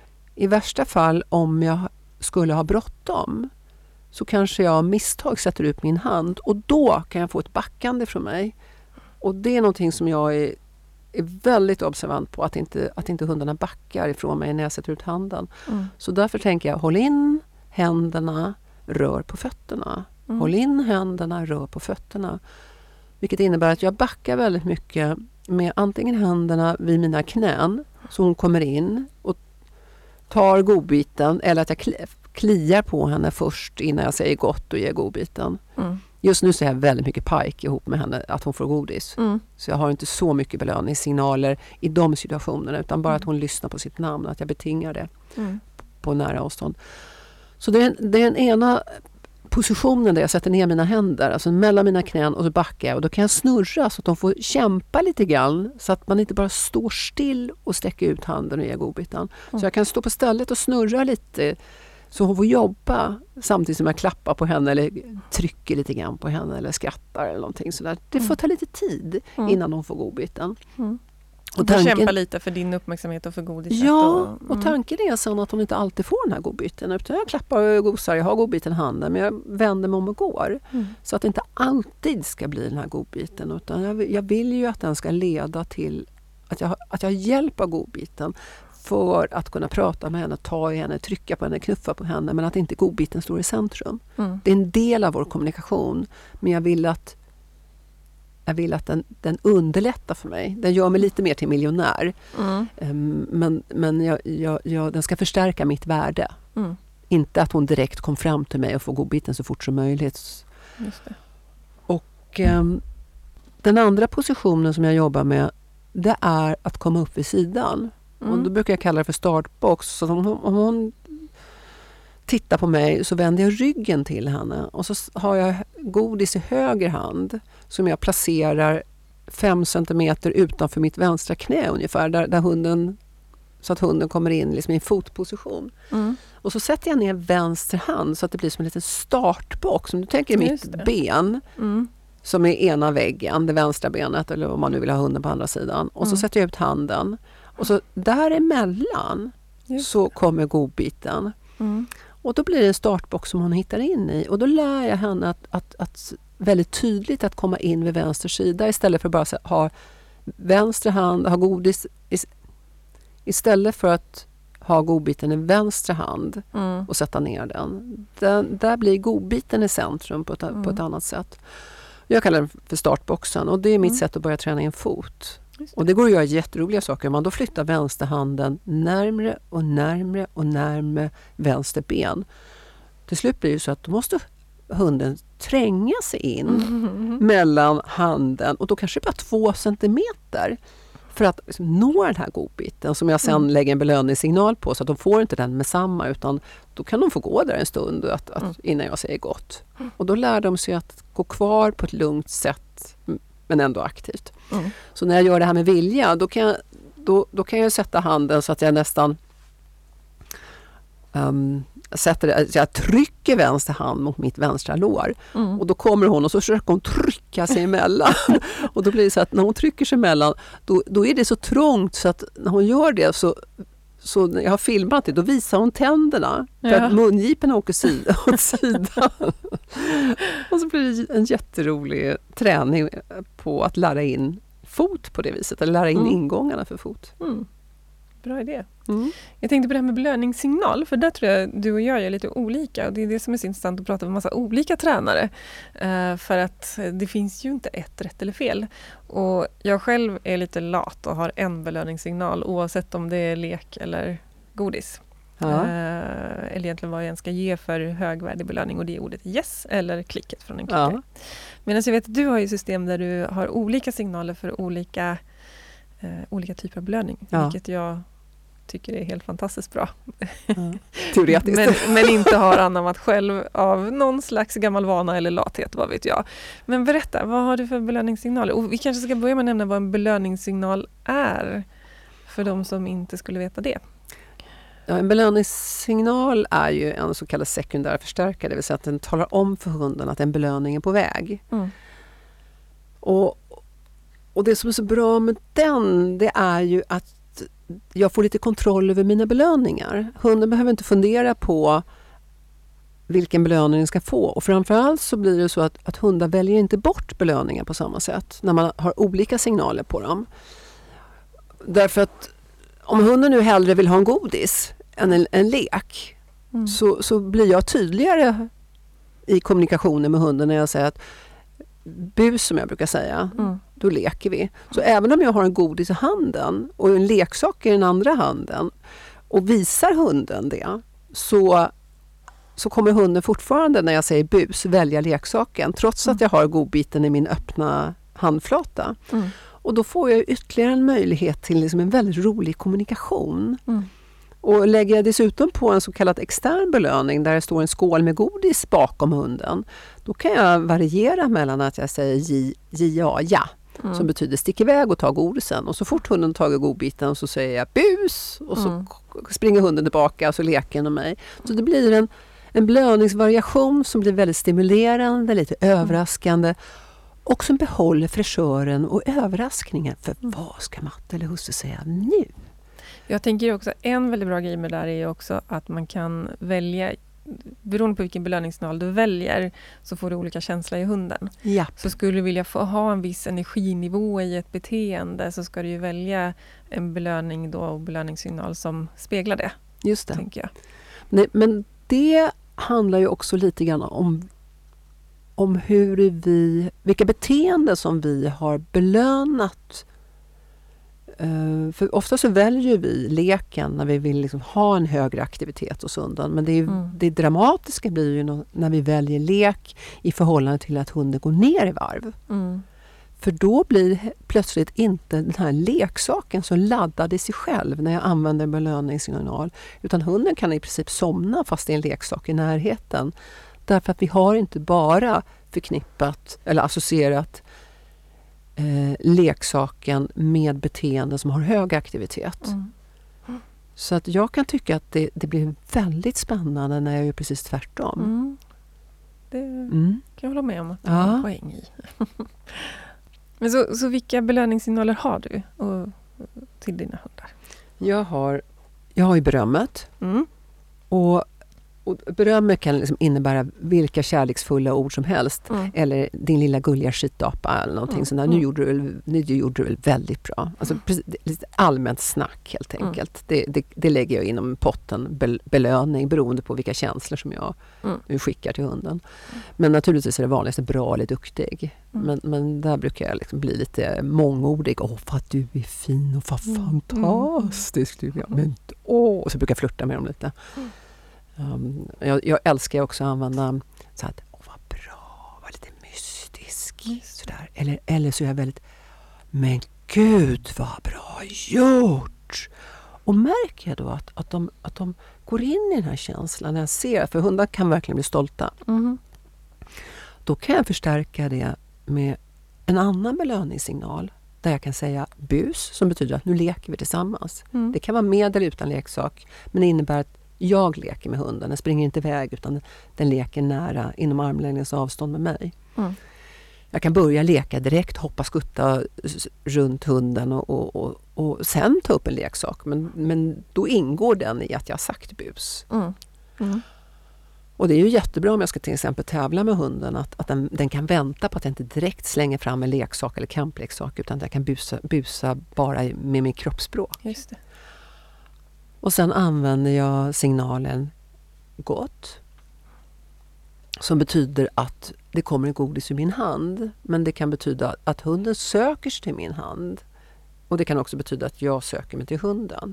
I värsta fall, om jag skulle ha bråttom, så kanske jag av misstag sätter ut min hand och då kan jag få ett backande från mig. Och det är någonting som jag är, är väldigt observant på, att inte, att inte hundarna backar ifrån mig när jag sätter ut handen. Mm. Så därför tänker jag, håll in händerna, rör på fötterna. Mm. Håll in händerna, rör på fötterna. Vilket innebär att jag backar väldigt mycket med antingen händerna vid mina knän, så hon kommer in och tar godbiten, eller att jag kliar på henne först innan jag säger gott och ger godbiten. Mm. Just nu så är jag väldigt mycket pike ihop med henne att hon får godis. Mm. Så jag har inte så mycket belöningssignaler i de situationerna utan bara att hon lyssnar på sitt namn, att jag betingar det Mm. på nära avstånd. Så det är, det är den ena positionen där jag sätter ner mina händer, alltså mellan mina knän och så backar jag och då kan jag snurra så att de får kämpa lite grann så att man inte bara står still och sträcker ut handen och ger godbiten. Mm. Så jag kan stå på stället och snurra lite så hon får jobba samtidigt som jag klappar på henne eller trycker lite grann på henne eller skrattar eller någonting sådär. Det får ta lite tid Mm. innan hon får godbiten. Mm. Och Och du tanken, kämpa lite för din uppmärksamhet och för godiset. ja, och, mm. och tanken är sen att hon inte alltid får den här godbiten. Utan jag klappar och gosar, jag har godbiten i handen men jag vänder mig om och går. Mm. Så att det inte alltid ska bli den här godbiten. Utan jag, vill- jag vill ju att den ska leda till att jag, att jag hjälper godbiten för att kunna prata med henne, ta i henne, trycka på henne, knuffa på henne. Men att inte godbiten står i centrum. Mm. Det är en del av vår kommunikation. Men jag vill att Jag vill att den, den underlättar för mig. Den gör mig lite mer till miljonär. Mm. Um, men men jag, jag, jag, den ska förstärka mitt värde. Mm. Inte att hon direkt kom fram till mig och får godbiten så fort som möjligt. Just det. Och um, den andra positionen som jag jobbar med, det är att komma upp vid sidan. Mm. Och då brukar jag kalla det för startbox. Så om, hon- om hon tittar på mig så vänder jag ryggen till henne. Och så s- har jag godis i höger hand som jag placerar fem centimeter utanför mitt vänstra knä ungefär. Där, där hunden, så att hunden kommer in liksom i en fotposition. Mm. Och så sätter jag ner vänster hand så att det blir som en liten startbox. Om du tänker Just mitt det. ben Mm. som är ena väggen, det vänstra benet eller om man nu vill ha hunden på andra sidan. Och så Mm. sätter jag ut handen. Och så däremellan Just så kommer godbiten. Mm. Och då blir det en startbox som hon hittar in i. Och då lär jag henne att, att, att väldigt tydligt att komma in vid vänster sida istället för bara att ha vänster hand, ha godis. is- Istället för att ha godbiten i vänstra hand Mm. och sätta ner den. den där blir godbiten i centrum på ett, Mm. på ett annat sätt. Jag kallar den för startboxen och det är mitt Mm. sätt att börja träna en fot. Just det. Och det går att göra jätteroliga saker. Man då flyttar vänsterhanden närmre och närmre och närmre vänster ben. Till slut blir det så att då måste hunden tränga sig in Mm. mellan handen och då kanske bara två centimeter för att liksom nå den här godbiten som jag sen Mm. lägger en belöningssignal på så att de får inte den med samma utan då kan de få gå där en stund att, att, Mm. innan jag säger gott. Och då lär de sig att gå kvar på ett lugnt sätt men ändå aktivt. Mm. Så när jag gör det här med vilja då kan jag, då, då kan jag sätta handen så att jag nästan um, sätter det, jag trycker vänster hand mot mitt vänstra lår. Mm. Och då kommer hon och så försöker hon trycka sig emellan. Och då blir det så att när hon trycker sig emellan då, då är det så trångt så att när hon gör det så, så när jag har filmat det, då visar hon tänderna. För Ja. att mungiporna åker sida, åt sidan. Och så blir det en jätterolig träning på att lära in fot på det viset. Eller lära in Mm. ingångarna för fot. Mm. Bra idé. Mm. Jag tänkte på det här med belöningssignal, för där tror jag du och jag är lite olika och det är det som är så intressant att prata med massa olika tränare. Eh, för att det finns ju inte ett rätt eller fel. Och jag själv är lite lat och har en belöningssignal oavsett om det är lek eller godis. Ja. Eh, eller egentligen vad jag än ska ge för högvärdig belöning och det är ordet yes eller klicket från en klickare. Ja. Medan jag vet att du har ju system där du har olika signaler för olika, eh, olika typer av belöning. Ja. Vilket jag tycker är helt fantastiskt bra. Ja. Teoretiskt. Men, men inte har anammat själv av någon slags gammal vana eller lathet, vad vet jag. Men berätta, vad har du för belöningssignaler? Och vi kanske ska börja med att nämna vad en belöningssignal är för de som inte skulle veta det. Ja, en belöningssignal är ju en så kallad sekundär förstärkare, det vill säga att den talar om för hunden att en belöning är på väg. Mm. Och, och det som är så bra med den, det är ju att jag får lite kontroll över mina belöningar. Hunden behöver inte fundera på vilken belöning den ska få. Och framförallt så blir det så att, att hundar väljer inte bort belöningar på samma sätt när man har olika signaler på dem. Därför att om hunden nu hellre vill ha en godis än en, en lek Mm. så, så blir jag tydligare i kommunikationen med hunden när jag säger att bus som jag brukar säga, Mm. då leker vi. Så även om jag har en godis i handen och en leksak i den andra handen och visar hunden det så så kommer hunden fortfarande när jag säger bus välja leksaken trots Mm. att jag har godbiten i min öppna handflata. Mm. Och då får jag ytterligare en möjlighet till liksom en väldigt rolig kommunikation. Mm. Och lägger jag dessutom på en så kallad extern belöning där det står en skål med godis bakom hunden, då kan jag variera mellan att jag säger J, ja, ja, Mm. som betyder stick iväg och ta godisen. Och så fort hunden tagit godbiten så säger jag bus och så Mm. k- springer hunden tillbaka och så leker med mig. Så det blir en, en belöningsvariation som blir väldigt stimulerande, lite överraskande och som behåller fräschören och överraskningen. För vad ska matte eller husse säga nu? Jag tänker också, en väldigt bra grej med det där är också att man kan välja, beroende på vilken belöningssignal du väljer, så får du olika känslor i hunden. Ja. Så skulle du vilja få ha en viss energinivå i ett beteende, så ska du ju välja en belöning då och belöningssignal som speglar det, Just det. tänker jag. Nej, men det handlar ju också lite grann om, om hur vi, vilka beteenden som vi har belönat. Uh, för ofta så väljer vi leken när vi vill liksom ha en högre aktivitet hos hunden. Men det, är, Mm. det dramatiska blir ju no- när vi väljer lek i förhållande till att hunden går ner i varv. Mm. För då blir plötsligt inte den här leksaken så laddad i sig själv när jag använder en belöningssignal. Utan hunden kan i princip somna fast det är en leksak i närheten. Därför att vi har inte bara förknippat eller associerat eh, leksaken med beteenden som har hög aktivitet. Mm. Så att jag kan tycka att det, det blir väldigt spännande när jag gör precis tvärtom. Mm. Det Mm. kan jag hålla med om att det Ja. har en poäng i. Men så, så vilka belöningssignaler har du och, till dina hundar? Jag har, jag har ju berömmet. Mm. Och, och berömmet kan liksom innebära vilka kärleksfulla ord som helst. Mm. Eller din lilla gulliga skitapa eller någonting Mm. sånt där. Mm. Nu gjorde du väl, nu gjorde du väl väldigt bra. Alltså precis, det är lite allmänt snack helt enkelt. Mm. Det, det, det lägger jag inom potten bel, belöning beroende på vilka känslor som jag Mm. nu skickar till hunden. Men naturligtvis är det vanligaste bra eller duktig. Mm. Men, men där brukar jag liksom bli lite mångordig. Åh, vad du är fin och vad Mm. fantastisk du är. Men, åh, och så brukar jag flirta med dem lite. Mm. Um, jag, jag älskar också att använda så att, åh vad bra, vad lite mystisk. Just. Sådär. Eller, eller så är jag väldigt, men gud vad bra gjort. Och märker jag då att, att, de, att de går in i den här känslan när jag ser, för hundar kan verkligen bli stolta. Mm. Då kan jag förstärka det med en annan belöningssignal. Där jag kan säga bus, som betyder att nu leker vi tillsammans. Mm. Det kan vara med eller utan leksak, men det innebär att jag leker med hunden. Den springer inte iväg utan den leker nära inom armlängdens avstånd med mig. Mm. Jag kan börja leka direkt, hoppa, skutta s- runt hunden och, och, och, och sen ta upp en leksak. Men, men då ingår den i att jag har sagt bus. Mm. Mm. Och det är ju jättebra om jag ska till exempel tävla med hunden att, att den, den kan vänta på att jag inte direkt slänger fram en leksak eller kampleksak utan att jag kan busa, busa bara med min kroppsspråk. Just det. Och sen använder jag signalen gott. Som betyder att det kommer en godis ur min hand. Men det kan betyda att hunden söker sig till min hand. Och det kan också betyda att jag söker mig till hunden.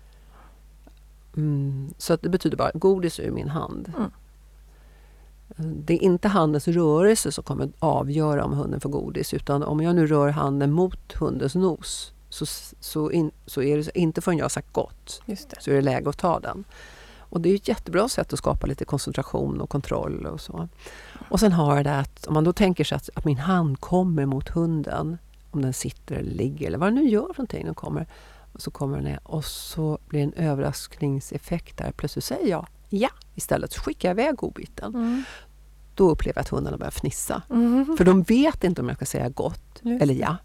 Mm, så att det betyder bara godis ur min hand. Mm. Det är inte handens rörelse som kommer att avgöra om hunden får godis. Utan om jag nu rör handen mot hundens nos så, så, in, så är det inte förrän jag har sagt gott. Just det. Så är det läge att ta den. Och det är ett jättebra sätt att skapa lite koncentration och kontroll och så. Och sen har jag det att om man då tänker sig att, att min hand kommer mot hunden, om den sitter eller ligger eller vad den nu gör för någonting, den kommer, och så kommer den ner och så blir det en överraskningseffekt där. Plötsligt säger jag ja istället, så skickar jag iväg godbiten. Mm. Då upplever jag att hundarna börjar fnissa. Mm. För de vet inte om jag ska säga gott Just eller det. ja.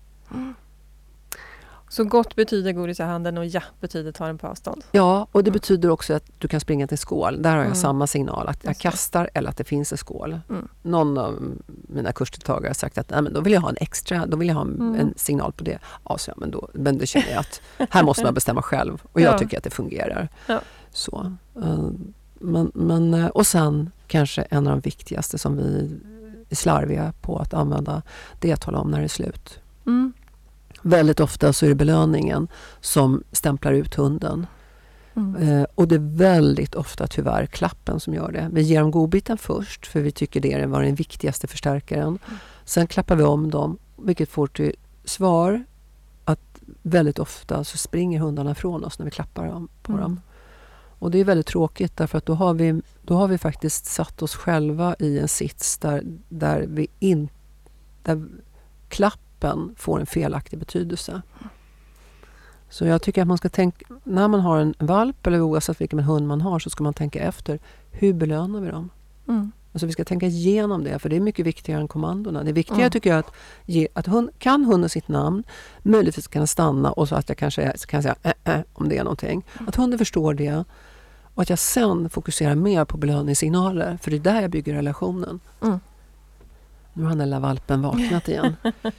Så gott betyder godis i handen och ja betyder ta den på avstånd. Ja, och det betyder också att du kan springa till en skål. Där har jag Mm. samma signal, att jag Just det. kastar eller att det finns en skål. Mm. Någon av mina kursdeltagare har sagt att nej, men då vill jag ha en extra, då vill jag ha en, Mm. en signal på det. Ja, så ja, men, då, men det känner jag att här måste man bestämma själv. Och jag Ja. tycker att det fungerar. Ja. Så. eh, Men, men, eh, och sen kanske en av de viktigaste som vi är slarviga på att använda, det är att tala om när det är slut. Mm. Väldigt ofta så är det belöningen som stämplar ut hunden. Mm. Eh, och det är väldigt ofta tyvärr klappen som gör det. Vi ger dem godbiten först för vi tycker det var den viktigaste förstärkaren. Mm. Sen klappar vi om dem, vilket får till svar att väldigt ofta så springer hundarna från oss när vi klappar dem, på mm. dem. Och det är väldigt tråkigt därför att då har vi, då har vi faktiskt satt oss själva i en sits där, där, vi in, där klappen får en felaktig betydelse. Så jag tycker att man ska tänka, när man har en valp eller oavsett vilken hund man har så ska man tänka efter, hur belönar vi dem? Mm. Alltså vi ska tänka igenom det, för det är mycket viktigare än kommandona. Det viktiga mm. tycker jag att, ge, att hund, kan hunden sitt namn, möjligtvis kan den stanna och så att jag kanske kan säga äh, äh, om det är någonting. Mm. Att hunden förstår det och att jag sen fokuserar mer på belöningssignaler, för det är där jag bygger relationen. Mm. Nu har den lilla valpen vaknat igen.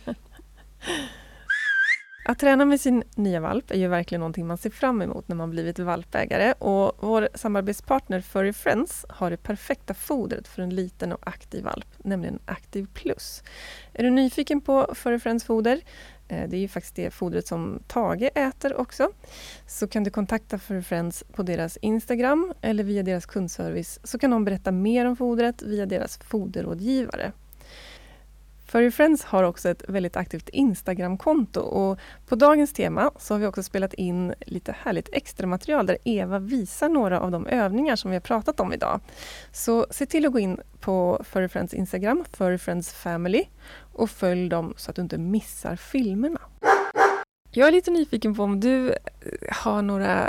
Att träna med sin nya valp är ju verkligen någonting man ser fram emot när man blivit valpägare. Och vår samarbetspartner Furry Friends har det perfekta fodret för en liten och aktiv valp, nämligen Active Plus. Är du nyfiken på Furry Friends foder? Det är ju faktiskt det fodret som Tage äter också. Så kan du kontakta Furry Friends på deras Instagram eller via deras kundservice, så kan de berätta mer om fodret via deras foderrådgivare. Furry Friends har också ett väldigt aktivt Instagram-konto och på dagens tema så har vi också spelat in lite härligt extra material där Eva visar några av de övningar som vi har pratat om idag. Så se till att gå in på Furry Friends Instagram, Furry Friends Family, och följ dem så att du inte missar filmerna. Jag är lite nyfiken på om du har några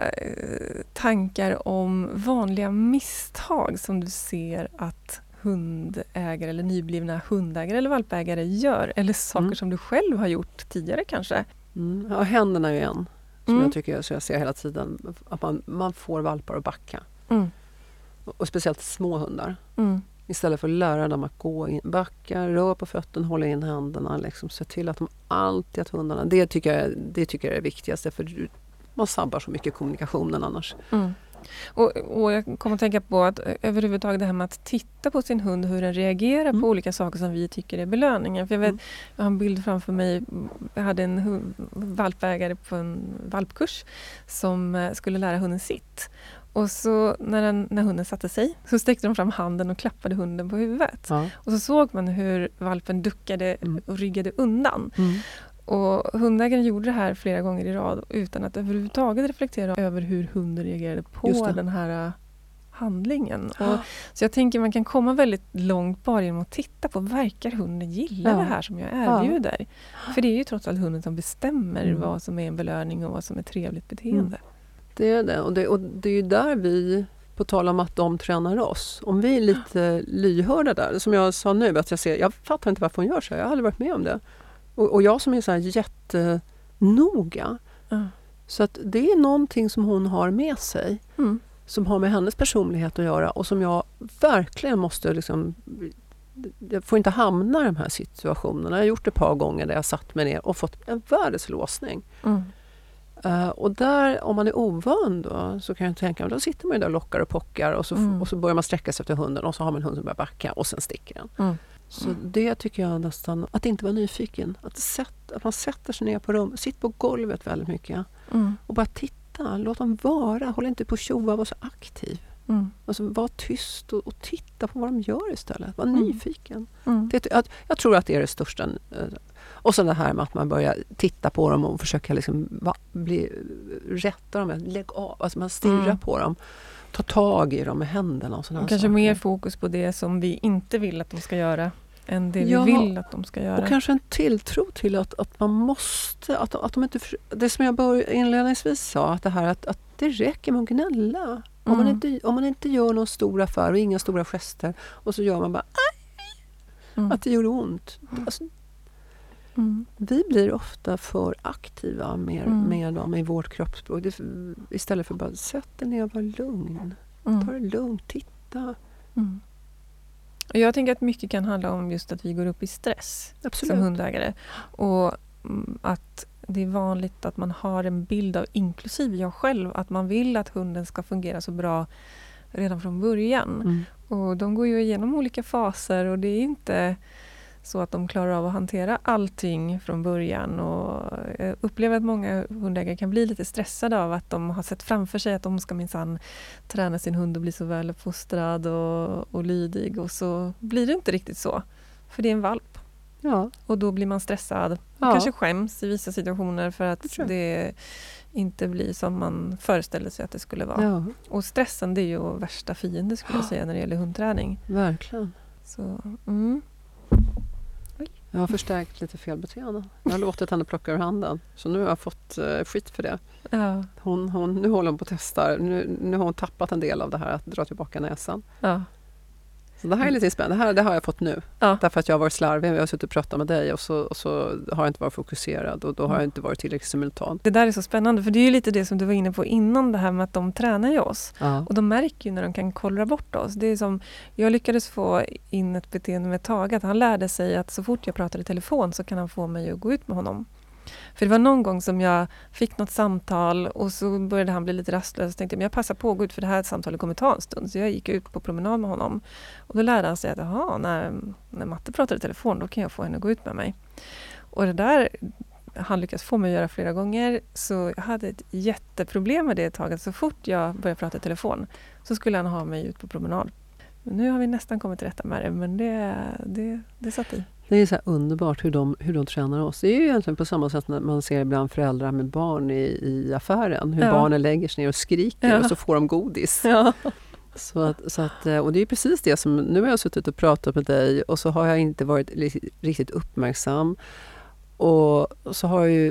tankar om vanliga misstag som du ser att hundägare eller nyblivna hundägare eller valpägare gör, eller saker mm. som du själv har gjort tidigare kanske. Mm. Ja, händerna är ju en som mm. jag tycker, så jag ser hela tiden att man, man får valpar att backa. Mm. Och, och speciellt små hundar. Mm. Istället för att lära dem att gå in, backa, röra på fötterna, hålla in händerna, liksom, se till att de alltid att hundarna, det tycker jag, det tycker jag är det viktigaste, för man sabbar så mycket kommunikationen annars. Mm. Och, och jag kommer att tänka på att överhuvudtaget det här med att titta på sin hund, hur den reagerar mm. på olika saker som vi tycker är belöningar. För jag vet, mm. jag har en bild framför mig, jag hade en hund, valpägare på en valpkurs som skulle lära hunden sitt. Och så när, den, när hunden satte sig så sträckte de fram handen och klappade hunden på huvudet. Ja. Och så såg man hur valpen duckade mm. och ryggade undan. Mm. Och hundägaren gjorde det här flera gånger i rad utan att överhuvudtaget reflektera över hur hunden reagerade på den här handlingen. Ja. Och, så jag tänker man kan komma väldigt långt bara genom att titta på, verkar hunden gilla ja. det här som jag erbjuder? Ja. För det är ju trots allt hunden som bestämmer mm. vad som är en belöning och vad som är trevligt beteende. Mm. Det är det. Och, det. och det är ju där vi, på tal om att de tränar oss, om vi är lite lyhörda där, som jag sa nu, att jag ser, jag fattar inte varför hon gör så, jag har aldrig varit med om det. Och, och jag som är så här jättenoga. Mm. Så att det är någonting som hon har med sig. Mm. Som har med hennes personlighet att göra. Och som jag verkligen måste liksom... Jag får inte hamna i de här situationerna. Jag har gjort det ett par gånger där jag satt mig ner och fått en världslåsning. Mm. Uh, och där, om man är ovan då, så kan jag tänka mig, då sitter man där och lockar och pockar. Och så, mm. och så börjar man sträcka sig efter hunden. Och så har man en hund som börjar backa och sen sticker den. Mm. Så det tycker jag nästan, att inte vara nyfiken. Att, sätt, att man sätter sig ner på rum, sitt på golvet väldigt mycket. Mm. Och bara titta, låt dem vara. Håll inte på att tjoa, var så aktiv. Mm. Alltså var tyst och, och titta på vad de gör istället. Var mm. nyfiken. Mm. Det, jag, jag tror att det är det största. Och så det här med att man börjar titta på dem och försöka liksom va, bli, rätta dem. Lägg av, alltså man stirrar mm. på dem. Ta tag i dem med händerna och sådana och kanske saker. Mer fokus på det som vi inte vill att de ska göra än det ja, vi vill att de ska göra. Och kanske en tilltro till att, att man måste, att, att de inte, det som jag bör, inledningsvis sa, att det här att, att det räcker med att gnälla. Mm. Om, man inte, om man inte gör någon stor affär och inga stora gester och så gör man bara aj, mm. att det gör ont. Alltså, mm. Vi blir ofta för aktiva med, mm. med dem i vårt kroppsspråk. Det, istället för bara sätt dig ner och var lugn. Mm. Ta det lugnt, titta. Mm. Och jag tänker att mycket kan handla om just att vi går upp i stress. Absolut. Som hundägare. Och att det är vanligt att man har en bild av, inklusive jag själv, att man vill att hunden ska fungera så bra redan från början. Mm. Och de går ju igenom olika faser och det är inte Så att de klarar av att hantera allting från början. Och jag upplever att många hundägare kan bli lite stressade av att de har sett framför sig att de ska minsann träna sin hund och bli så väl uppfostrad och, och lydig. Och så blir det inte riktigt så. För det är en valp. Ja. Och då blir man stressad. Och Ja. kanske skäms i vissa situationer för att det inte blir som man föreställer sig att det skulle vara. Ja, Och stressen, det är ju värsta fiende skulle jag säga när det gäller hundträning. verkligen. Så, mm. Jag har förstärkt lite felbeteende. Jag har låtit henne plocka ur handen. Så nu har jag fått eh, skit för det. Ja. Hon, hon, nu håller hon på att testa. Nu, nu har hon tappat en del av det här att dra tillbaka näsan. Ja. Så det här är lite spännande. Det här det har jag fått nu. Ja. Därför att jag har varit slarvig. Jag har suttit och pratat med dig och så, och så har jag inte varit fokuserad. Och då har jag inte varit tillräckligt simultan. Det där är så spännande, för det är ju lite det som du var inne på innan, det här med att de tränar ju oss. Ja. Och de märker ju när de kan kollra bort oss. Det är som, jag lyckades få in ett beteende med Tage, att han lärde sig att så fort jag pratar i telefon så kan han få mig att gå ut med honom. För det var någon gång som jag fick något samtal och så började han bli lite rastlös och tänkte jag, men jag passar på att gå ut för det här samtalet kommer ta en stund. Så jag gick ut på promenad med honom. Och då lärde han sig att aha, när, när Matte pratar i telefon då kan jag få henne att gå ut med mig. Och det där han lyckas få mig att göra flera gånger, så jag hade ett jätteproblem med det ett tag. Så fort jag började prata i telefon så skulle han ha mig ut på promenad. Men nu har vi nästan kommit till rätta med det, men det, det, det satt i. Det är så här underbart hur de, hur de tränar oss. Det är ju egentligen på samma sätt när man ser ibland föräldrar med barn i, i affären. Hur Ja. barnen lägger sig ner och skriker Ja. och så får de godis. Ja. Så att, så att, och det är precis det som, nu har jag suttit och pratat med dig och så har jag inte varit riktigt uppmärksam. Och så har ju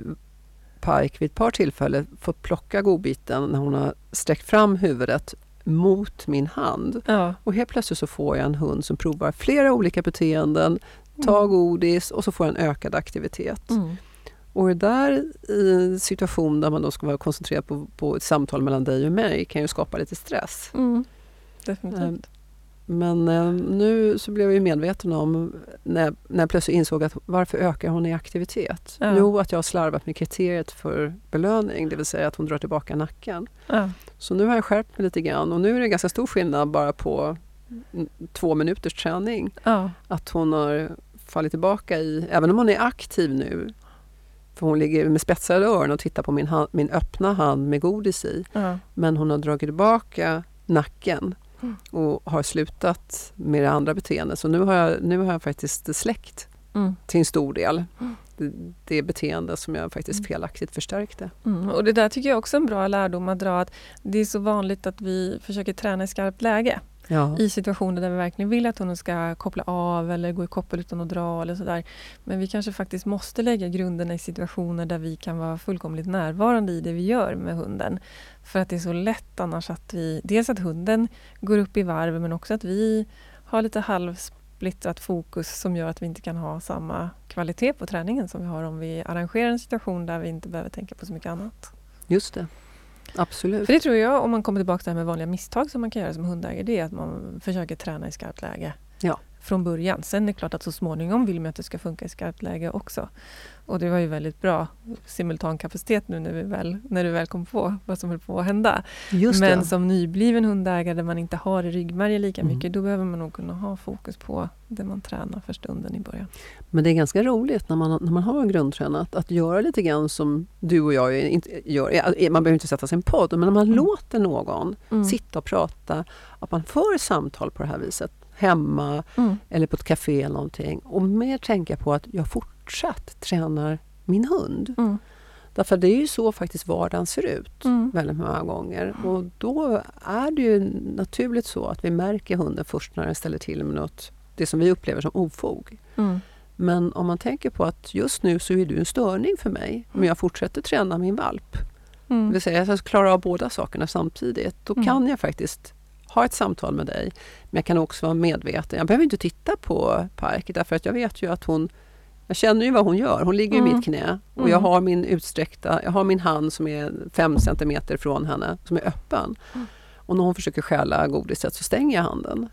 Pike vid ett par tillfällen fått plocka godbiten när hon har sträckt fram huvudet mot min hand. Ja. Och helt plötsligt så får jag en hund som provar flera olika beteenden, tar godis och så får en ökad aktivitet. Mm. Och det där i en situation där man då ska vara koncentrerad på, på ett samtal mellan dig och mig kan ju skapa lite stress. Mm. Definitivt. Men eh, nu så blev jag ju medveten om när jag, när jag plötsligt insåg att varför ökar hon i aktivitet? Ja. Jo, att jag har slarvat med kriteriet för belöning, det vill säga att hon drar tillbaka nacken. Ja. Så nu har jag skärpt mig lite grann och nu är det ganska stor skillnad bara på mm, två minuters träning. Ja. Att hon har fallit tillbaka i, även om hon är aktiv nu, för hon ligger med spetsade öron och tittar på min, hand, min öppna hand med godis i. Ja. Men hon har dragit tillbaka nacken och har slutat med det andra beteendet. Så nu har jag, nu har jag faktiskt släckt Mm. till en stor del det, det beteende som jag faktiskt felaktigt förstärkte. Mm. Och det där tycker jag också är en bra lärdom att dra, att det är så vanligt att vi försöker träna i skarpt läge. Ja. I situationer där vi verkligen vill att hon ska koppla av eller gå i koppel utan att dra eller sådär. Men vi kanske faktiskt måste lägga grunderna i situationer där vi kan vara fullkomligt närvarande i det vi gör med hunden. För att det är så lätt annars att vi, dels att hunden går upp i varv, men också att vi har lite halvsplittrat fokus som gör att vi inte kan ha samma kvalitet på träningen som vi har om vi arrangerar en situation där vi inte behöver tänka på så mycket annat. Just det. Absolut. För det tror jag, om man kommer tillbaka till det här med vanliga misstag som man kan göra som hundägare, det är att man försöker träna i skarpt läge Ja. från början. Sen är det klart att så småningom vill man att det ska funka i skarpt läge också. Och det var ju väldigt bra simultankapacitet nu när, vi väl, när du väl kom på vad som höll på att hända. Just Men det. som nybliven hundägare där man inte har i ryggmärgen lika Mm. mycket, då behöver man nog kunna ha fokus på det man tränar för stunden i början. Men det är ganska roligt när man, när man har grundtränat att göra lite grann som du och jag inte gör. Man behöver inte sätta sig i en podd, men när man Mm. låter någon Mm. sitta och prata, att man för samtal på det här viset hemma Mm. eller på ett café eller någonting och mer tänka på att jag fortsatt tränar min hund. Mm. Därför det är ju så faktiskt vardagen ser ut Mm. väldigt många gånger. Och då är det ju naturligt så att vi märker hunden först när den ställer till med något, det som vi upplever som ofog. Mm. Men om man tänker på att just nu så är du en störning för mig, men jag fortsätter träna min valp. Mm. Det vill säga att jag ska klara av båda sakerna samtidigt. Då Mm. kan jag faktiskt ha ett samtal med dig, men jag kan också vara medveten. Jag behöver inte titta på Pike därför att jag vet ju att hon, jag känner ju vad hon gör. Hon ligger Mm. i mitt knä och Mm. jag har min utsträckta, jag har min hand som är fem centimeter från henne, som är öppen. Mm. Och när hon försöker stjäla godiset så stänger jag handen.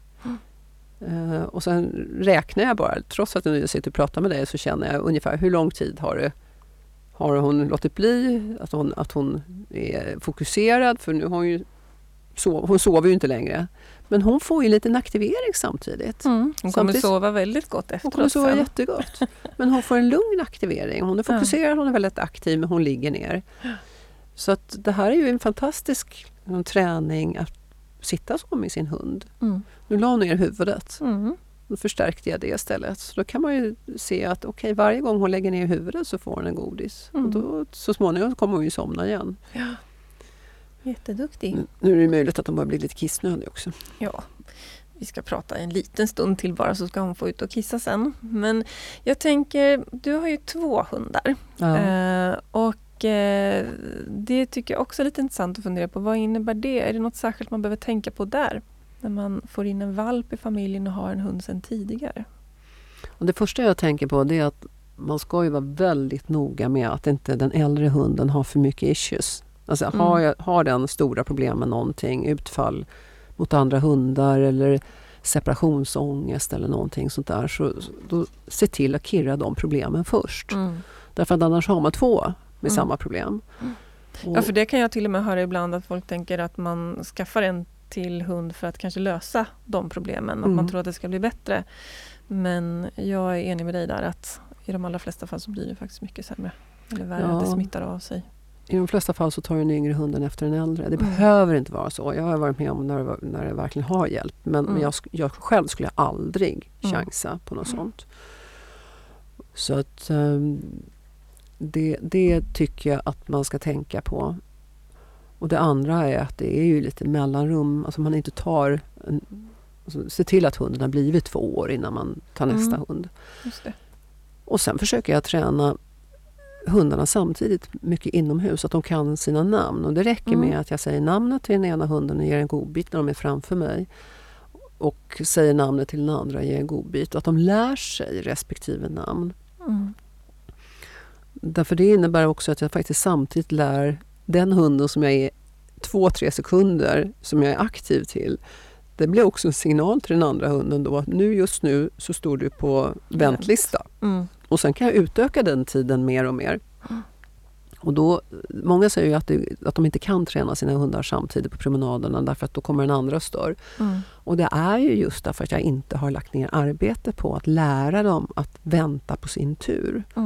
Uh, och sen räknar jag bara, trots att jag nu sitter och pratar med dig så känner jag ungefär hur lång tid har det har hon låtit bli, att hon, att hon är fokuserad, för nu har hon ju sov, hon sover ju inte längre. Men hon får ju lite en aktivering samtidigt. Mm. Hon kommer samtidigt, sova väldigt gott efteråt. Hon kommer sova sen. jättegott. Men hon får en lugn aktivering. Hon är fokuserad, ja. Hon är väldigt aktiv, men hon ligger ner. Så att det här är ju en fantastisk en träning att sitta så med sin hund. Mm. Nu la hon ner huvudet. Mm. Då förstärkte jag det istället. Så då kan man ju se att okej, okay, varje gång hon lägger ner huvudet så får hon en godis. Mm. Och då, så småningom kommer hon ju somna igen. Ja. Jätteduktig. Nu, nu är det möjligt att hon bara blir lite kissnödig också. Ja, vi ska prata en liten stund till bara så ska hon få ut och kissa sen. Men jag tänker, du har ju två hundar. Ja. Eh, och eh, det tycker jag också är lite intressant att fundera på. Vad innebär det? Är det något särskilt man behöver tänka på där? När man får in en valp i familjen och har en hund sedan tidigare. Och det första jag tänker på det är att man ska ju vara väldigt noga med att inte den äldre hunden har för mycket issues. Alltså mm. har, jag, har den stora problem med någonting, utfall mot andra hundar eller separationsångest eller någonting sånt där, så då se till att kirra de problemen först. Mm. Därför att annars har man två med mm. samma problem. Mm. Ja, för det kan jag till och med höra ibland att folk tänker att man skaffar en till hund för att kanske lösa de problemen. Att mm. man tror att det ska bli bättre. Men jag är enig med dig där att i de allra flesta fall så blir det faktiskt mycket sämre. Eller värre, ja. Att det smittar av sig. I de flesta fall så tar den yngre hunden efter den äldre. Det mm. behöver inte vara så. Jag har varit med om när det, när det verkligen har hjälpt. Men, mm. men jag, jag själv skulle aldrig chansa mm. på något mm. sånt. Så att um, det, det tycker jag att man ska tänka på. Och det andra är att det är ju lite mellanrum. Alltså man inte tar... En, alltså se till att hunden har blivit två år innan man tar nästa mm. hund. Just det. Och sen försöker jag träna hundarna samtidigt mycket inomhus, att de kan sina namn. Och det räcker mm. med att jag säger namnet till den ena hunden och ger en godbit när de är framför mig. Och säger namnet till den andra och ger en godbit. Och att de lär sig respektive namn. Mm. Därför det innebär också att jag faktiskt samtidigt lär den hunden som jag är två, tre sekunder som jag är aktiv till. Det blir också en signal till den andra hunden då att nu just nu så står du på väntlista. Mm. Och sen kan jag utöka den tiden mer och mer. Mm. Och då, många säger ju att, det, att de inte kan träna sina hundar samtidigt på promenaderna därför att då kommer den andra och stör. Mm. Och det är ju just därför att jag inte har lagt ner arbete på att lära dem att vänta på sin tur. Mm.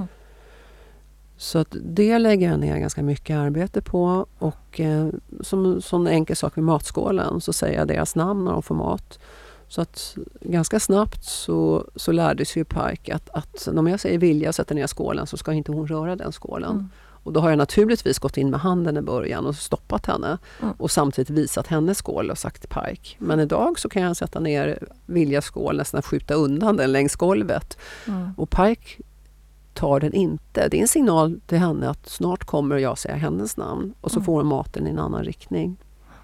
Så att det lägger jag ner ganska mycket arbete på. Och eh, som, som en enkel sak med matskålen så säger jag deras namn när de får mat. Så att ganska snabbt så, så lärde sig ju Pike att, att om jag säger vilja sätta ner skålen så ska inte hon röra den skålen. Mm. Och då har jag naturligtvis gått in med handen i början och stoppat henne. Mm. Och samtidigt visat hennes skål och sagt Pike. Men idag så kan jag sätta ner Viljas skål, nästan skjuta undan den längs golvet. Mm. Och Pike tar den inte. Det är en signal till henne att snart kommer jag säga hennes namn. Och så mm. får hon maten i en annan riktning.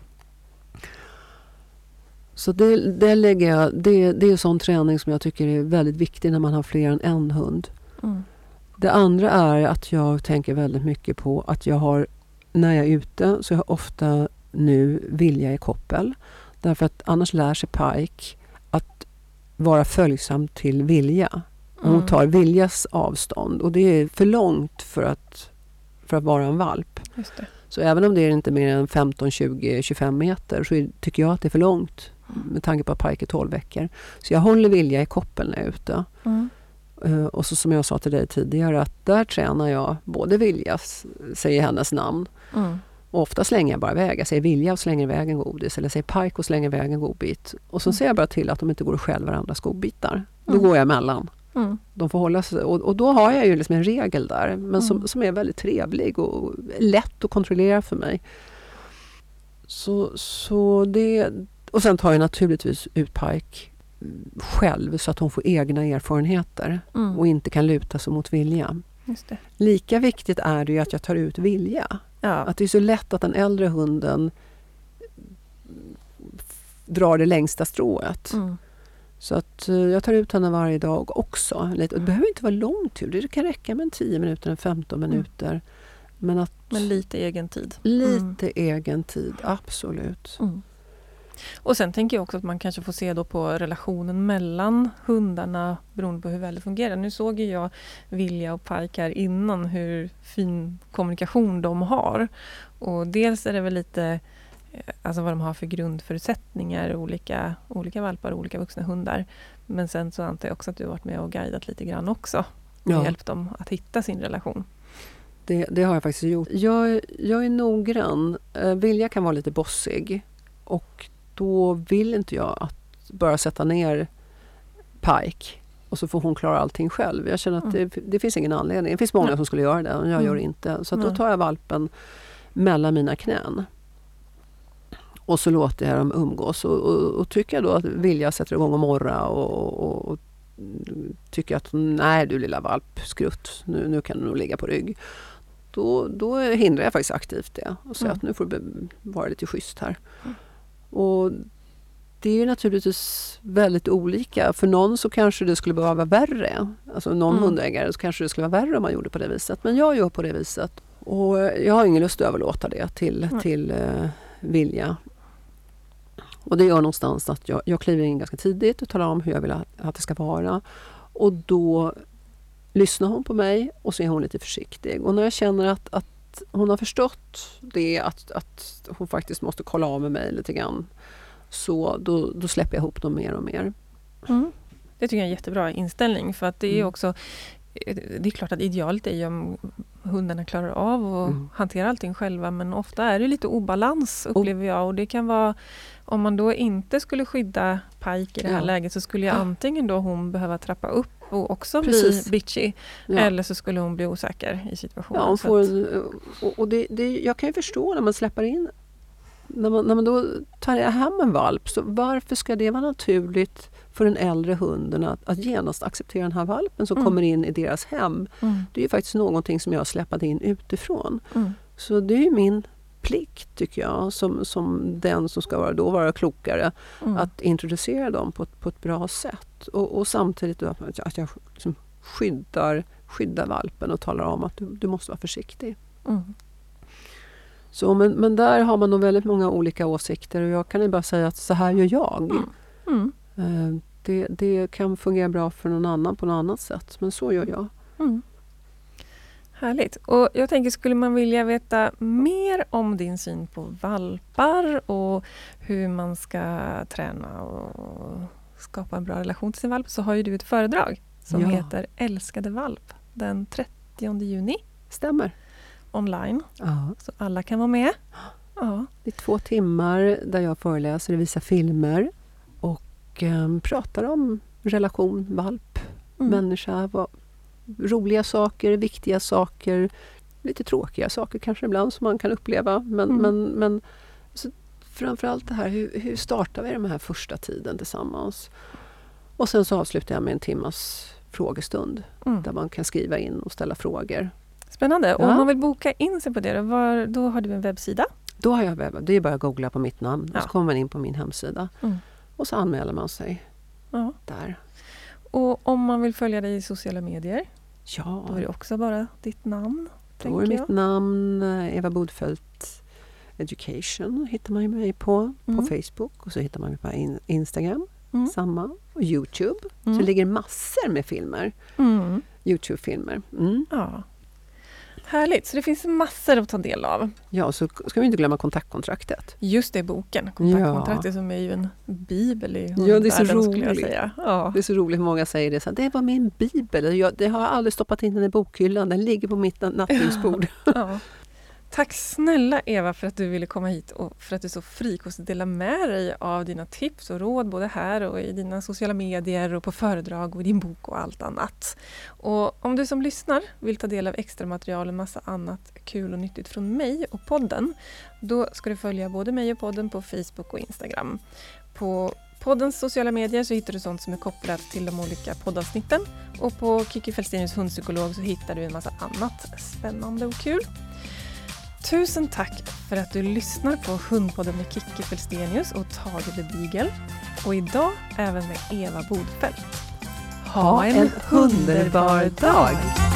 Så det, det, lägger jag, det, det är sån träning som jag tycker är väldigt viktig när man har fler än en hund. Mm. Det andra är att jag tänker väldigt mycket på att jag har, när jag är ute så har jag ofta nu Vilja i koppel. Därför att annars lär sig Pike att vara följsam till Vilja. Hon mm. tar Viljas avstånd och det är för långt för att, för att vara en valp. Just det. Så även om det är inte mer än femton, tjugo, tjugofem meter så tycker jag att det är för långt med tanke på att Pike är tolv veckor. Så jag håller Vilja i koppel när jag är ute. Mm. Uh, och så som jag sa till dig tidigare att där tränar jag både Viljas, säger hennes namn. Mm. Och ofta slänger jag bara iväg. Jag säger Vilja och slänger iväg en godis. Eller jag säger Pike och slänger iväg en godbit. Och så mm. ser jag bara till att de inte går och stjäl varandras godbitar. Då mm. går jag emellan. Mm. De får hålla sig, och, och då har jag ju liksom en regel där. Men mm. som, som är väldigt trevlig och lätt att kontrollera för mig. Så, så det... Och sen tar jag naturligtvis ut Pike själv så att hon får egna erfarenheter mm. och inte kan luta sig mot Vilja. Just det. Lika viktigt är det ju att jag tar ut Vilja. Ja. Att det är så lätt att den äldre hunden drar det längsta strået. Mm. Så att jag tar ut henne varje dag också. Det behöver inte vara lång tur. Det kan räcka med en tio minuter, en femton minuter. Mm. Men, att, Men lite egen tid. Lite mm. egen tid, absolut. Mm. Och sen tänker jag också att man kanske får se då på relationen mellan hundarna beroende på hur väl det fungerar. Nu såg ju jag Vilja och Pike här innan hur fin kommunikation de har. Och dels är det väl lite alltså vad de har för grundförutsättningar, olika, olika valpar och olika vuxna hundar. Men sen så antar jag också att du har varit med och guidat lite grann också. Och Ja. hjälpt dem att hitta sin relation. Det, det har jag faktiskt gjort. Jag, jag är noggrann. Eh, Vilja kan vara lite bossig. Och då vill inte jag att bara sätta ner Pike och så får hon klara allting själv. Jag känner att Mm. det, det finns ingen anledning. Det finns många Nej. som skulle göra det och jag Mm. gör det inte. Så att då Nej. tar jag valpen mellan mina knän. Och så låter jag dem umgås. Och, och, och tycker jag då att Vilja sätter igång och morra och, och, och tycker att nej du lilla valp, skrutt, nu, nu kan du nog ligga på rygg. Då, då hindrar jag faktiskt aktivt det och säger Mm. att nu får du be- vara lite schysst här. Mm. Och det är ju naturligtvis väldigt olika. För någon så kanske det skulle behöva vara värre. Alltså någon Mm. hundägare så kanske det skulle vara värre om man gjorde på det viset. Men jag gör på det viset. Och jag har ingen lust att överlåta det till, Mm. till uh, Vilja. Och det gör någonstans att jag, jag kliver in ganska tidigt och talar om hur jag vill att, att det ska vara. Och då lyssnar hon på mig och så är hon lite försiktig. Och när jag känner att, att hon har förstått det, att, att hon faktiskt måste kolla av med mig lite grann, så då, då släpper jag ihop dem mer och mer. Mm. Det tycker jag är en jättebra inställning. För att det är Mm. också, det är klart att idealet är ju om hundarna klarar av att Mm. hantera allting själva. Men ofta är det lite obalans upplever jag. Och det kan vara, om man då inte skulle skydda Pike i det här Ja. läget så skulle jag antingen då hon behöva trappa upp och också Precis. bli bitchy. Ja. Eller så skulle hon bli osäker i situationen. Ja, hon Så får att- en, och och det, det, jag kan ju förstå när man släpper in, när man, när man då tar hem en valp, så varför ska det vara naturligt för den äldre hunden att, att genast acceptera den här valpen som Mm. kommer in i deras hem? Mm. Det är ju faktiskt någonting som jag har släppt in utifrån. Mm. Så det är ju min plikt, tycker jag, som, som den som ska vara, då vara klokare, Mm. att introducera dem på ett, på ett bra sätt. Och, och samtidigt då att, att jag liksom skyddar, skyddar valpen och talar om att du, du måste vara försiktig. Mm. Så, men, men där har man nog väldigt många olika åsikter och jag kan ju bara säga att så här gör jag. Mm. Eh, det, det kan fungera bra för någon annan på något annat sätt, men så gör jag. Mm. Härligt. Och jag tänker, skulle man vilja veta mer om din syn på valpar och hur man ska träna och skapa en bra relation till sin valp, så har ju du ett föredrag som Ja. heter Älskade valp den trettionde juni Stämmer. online. Ja. Så alla kan vara med. Ja. Det är två timmar där jag föreläser och visar filmer och eh, pratar om relation, valp, Mm. människa, vad, roliga saker, viktiga saker, lite tråkiga saker kanske ibland som man kan uppleva. Men, Mm. men, men så framförallt det här, hur, hur startar vi den här första tiden tillsammans? Och sen så avslutar jag med en timmas frågestund Mm. där man kan skriva in och ställa frågor. Spännande. Och Ja. om man vill boka in sig på det, då, var, då har du en webbsida. Då har jag webb, det är bara att googla på mitt namn Ja. och så kommer man in på min hemsida Mm. och så anmäler man sig Ja. där. Och om man vill följa dig i sociala medier, Ja, då är det också bara ditt namn. då är tänker mitt jag. namn eh, Eva Bodfeldt Education hittar man ju mig på, Mm. på Facebook och så hittar man mig på in, Instagram, Mm. samma, och Youtube. Mm. Så det ligger massor med filmer, Mm. Youtube-filmer. Mm. Ja. Härligt, så det finns massor att ta del av. Ja, så ska vi inte glömma kontaktkontraktet. Just det, boken. Kontaktkontraktet som är ju en bibel i Ja, det är så hundvärlden, skulle jag roligt. säga. Ja. Det är så roligt, många säger det. Så här, det var min bibel. Jag, det har jag aldrig stoppat in den i bokhyllan. Den ligger på mitt nattduksbord. Ja. Tack snälla Eva för att du ville komma hit och för att du så frikostigt delar med dig av dina tips och råd både här och i dina sociala medier och på föredrag och i din bok och allt annat. Och om du som lyssnar vill ta del av extra material och massa annat kul och nyttigt från mig och podden, då ska du följa både mig och podden på Facebook och Instagram. På poddens sociala medier så hittar du sånt som är kopplat till de olika poddavsnitten och på Kiki Fälstenius hundpsykolog så hittar du en massa annat spännande och kul. Tusen tack för att du lyssnar på Hundpodden med Kiki Fälstenius och Tage the Beagle. Och idag även med Eva Bodfeldt. Ha en underbar dag!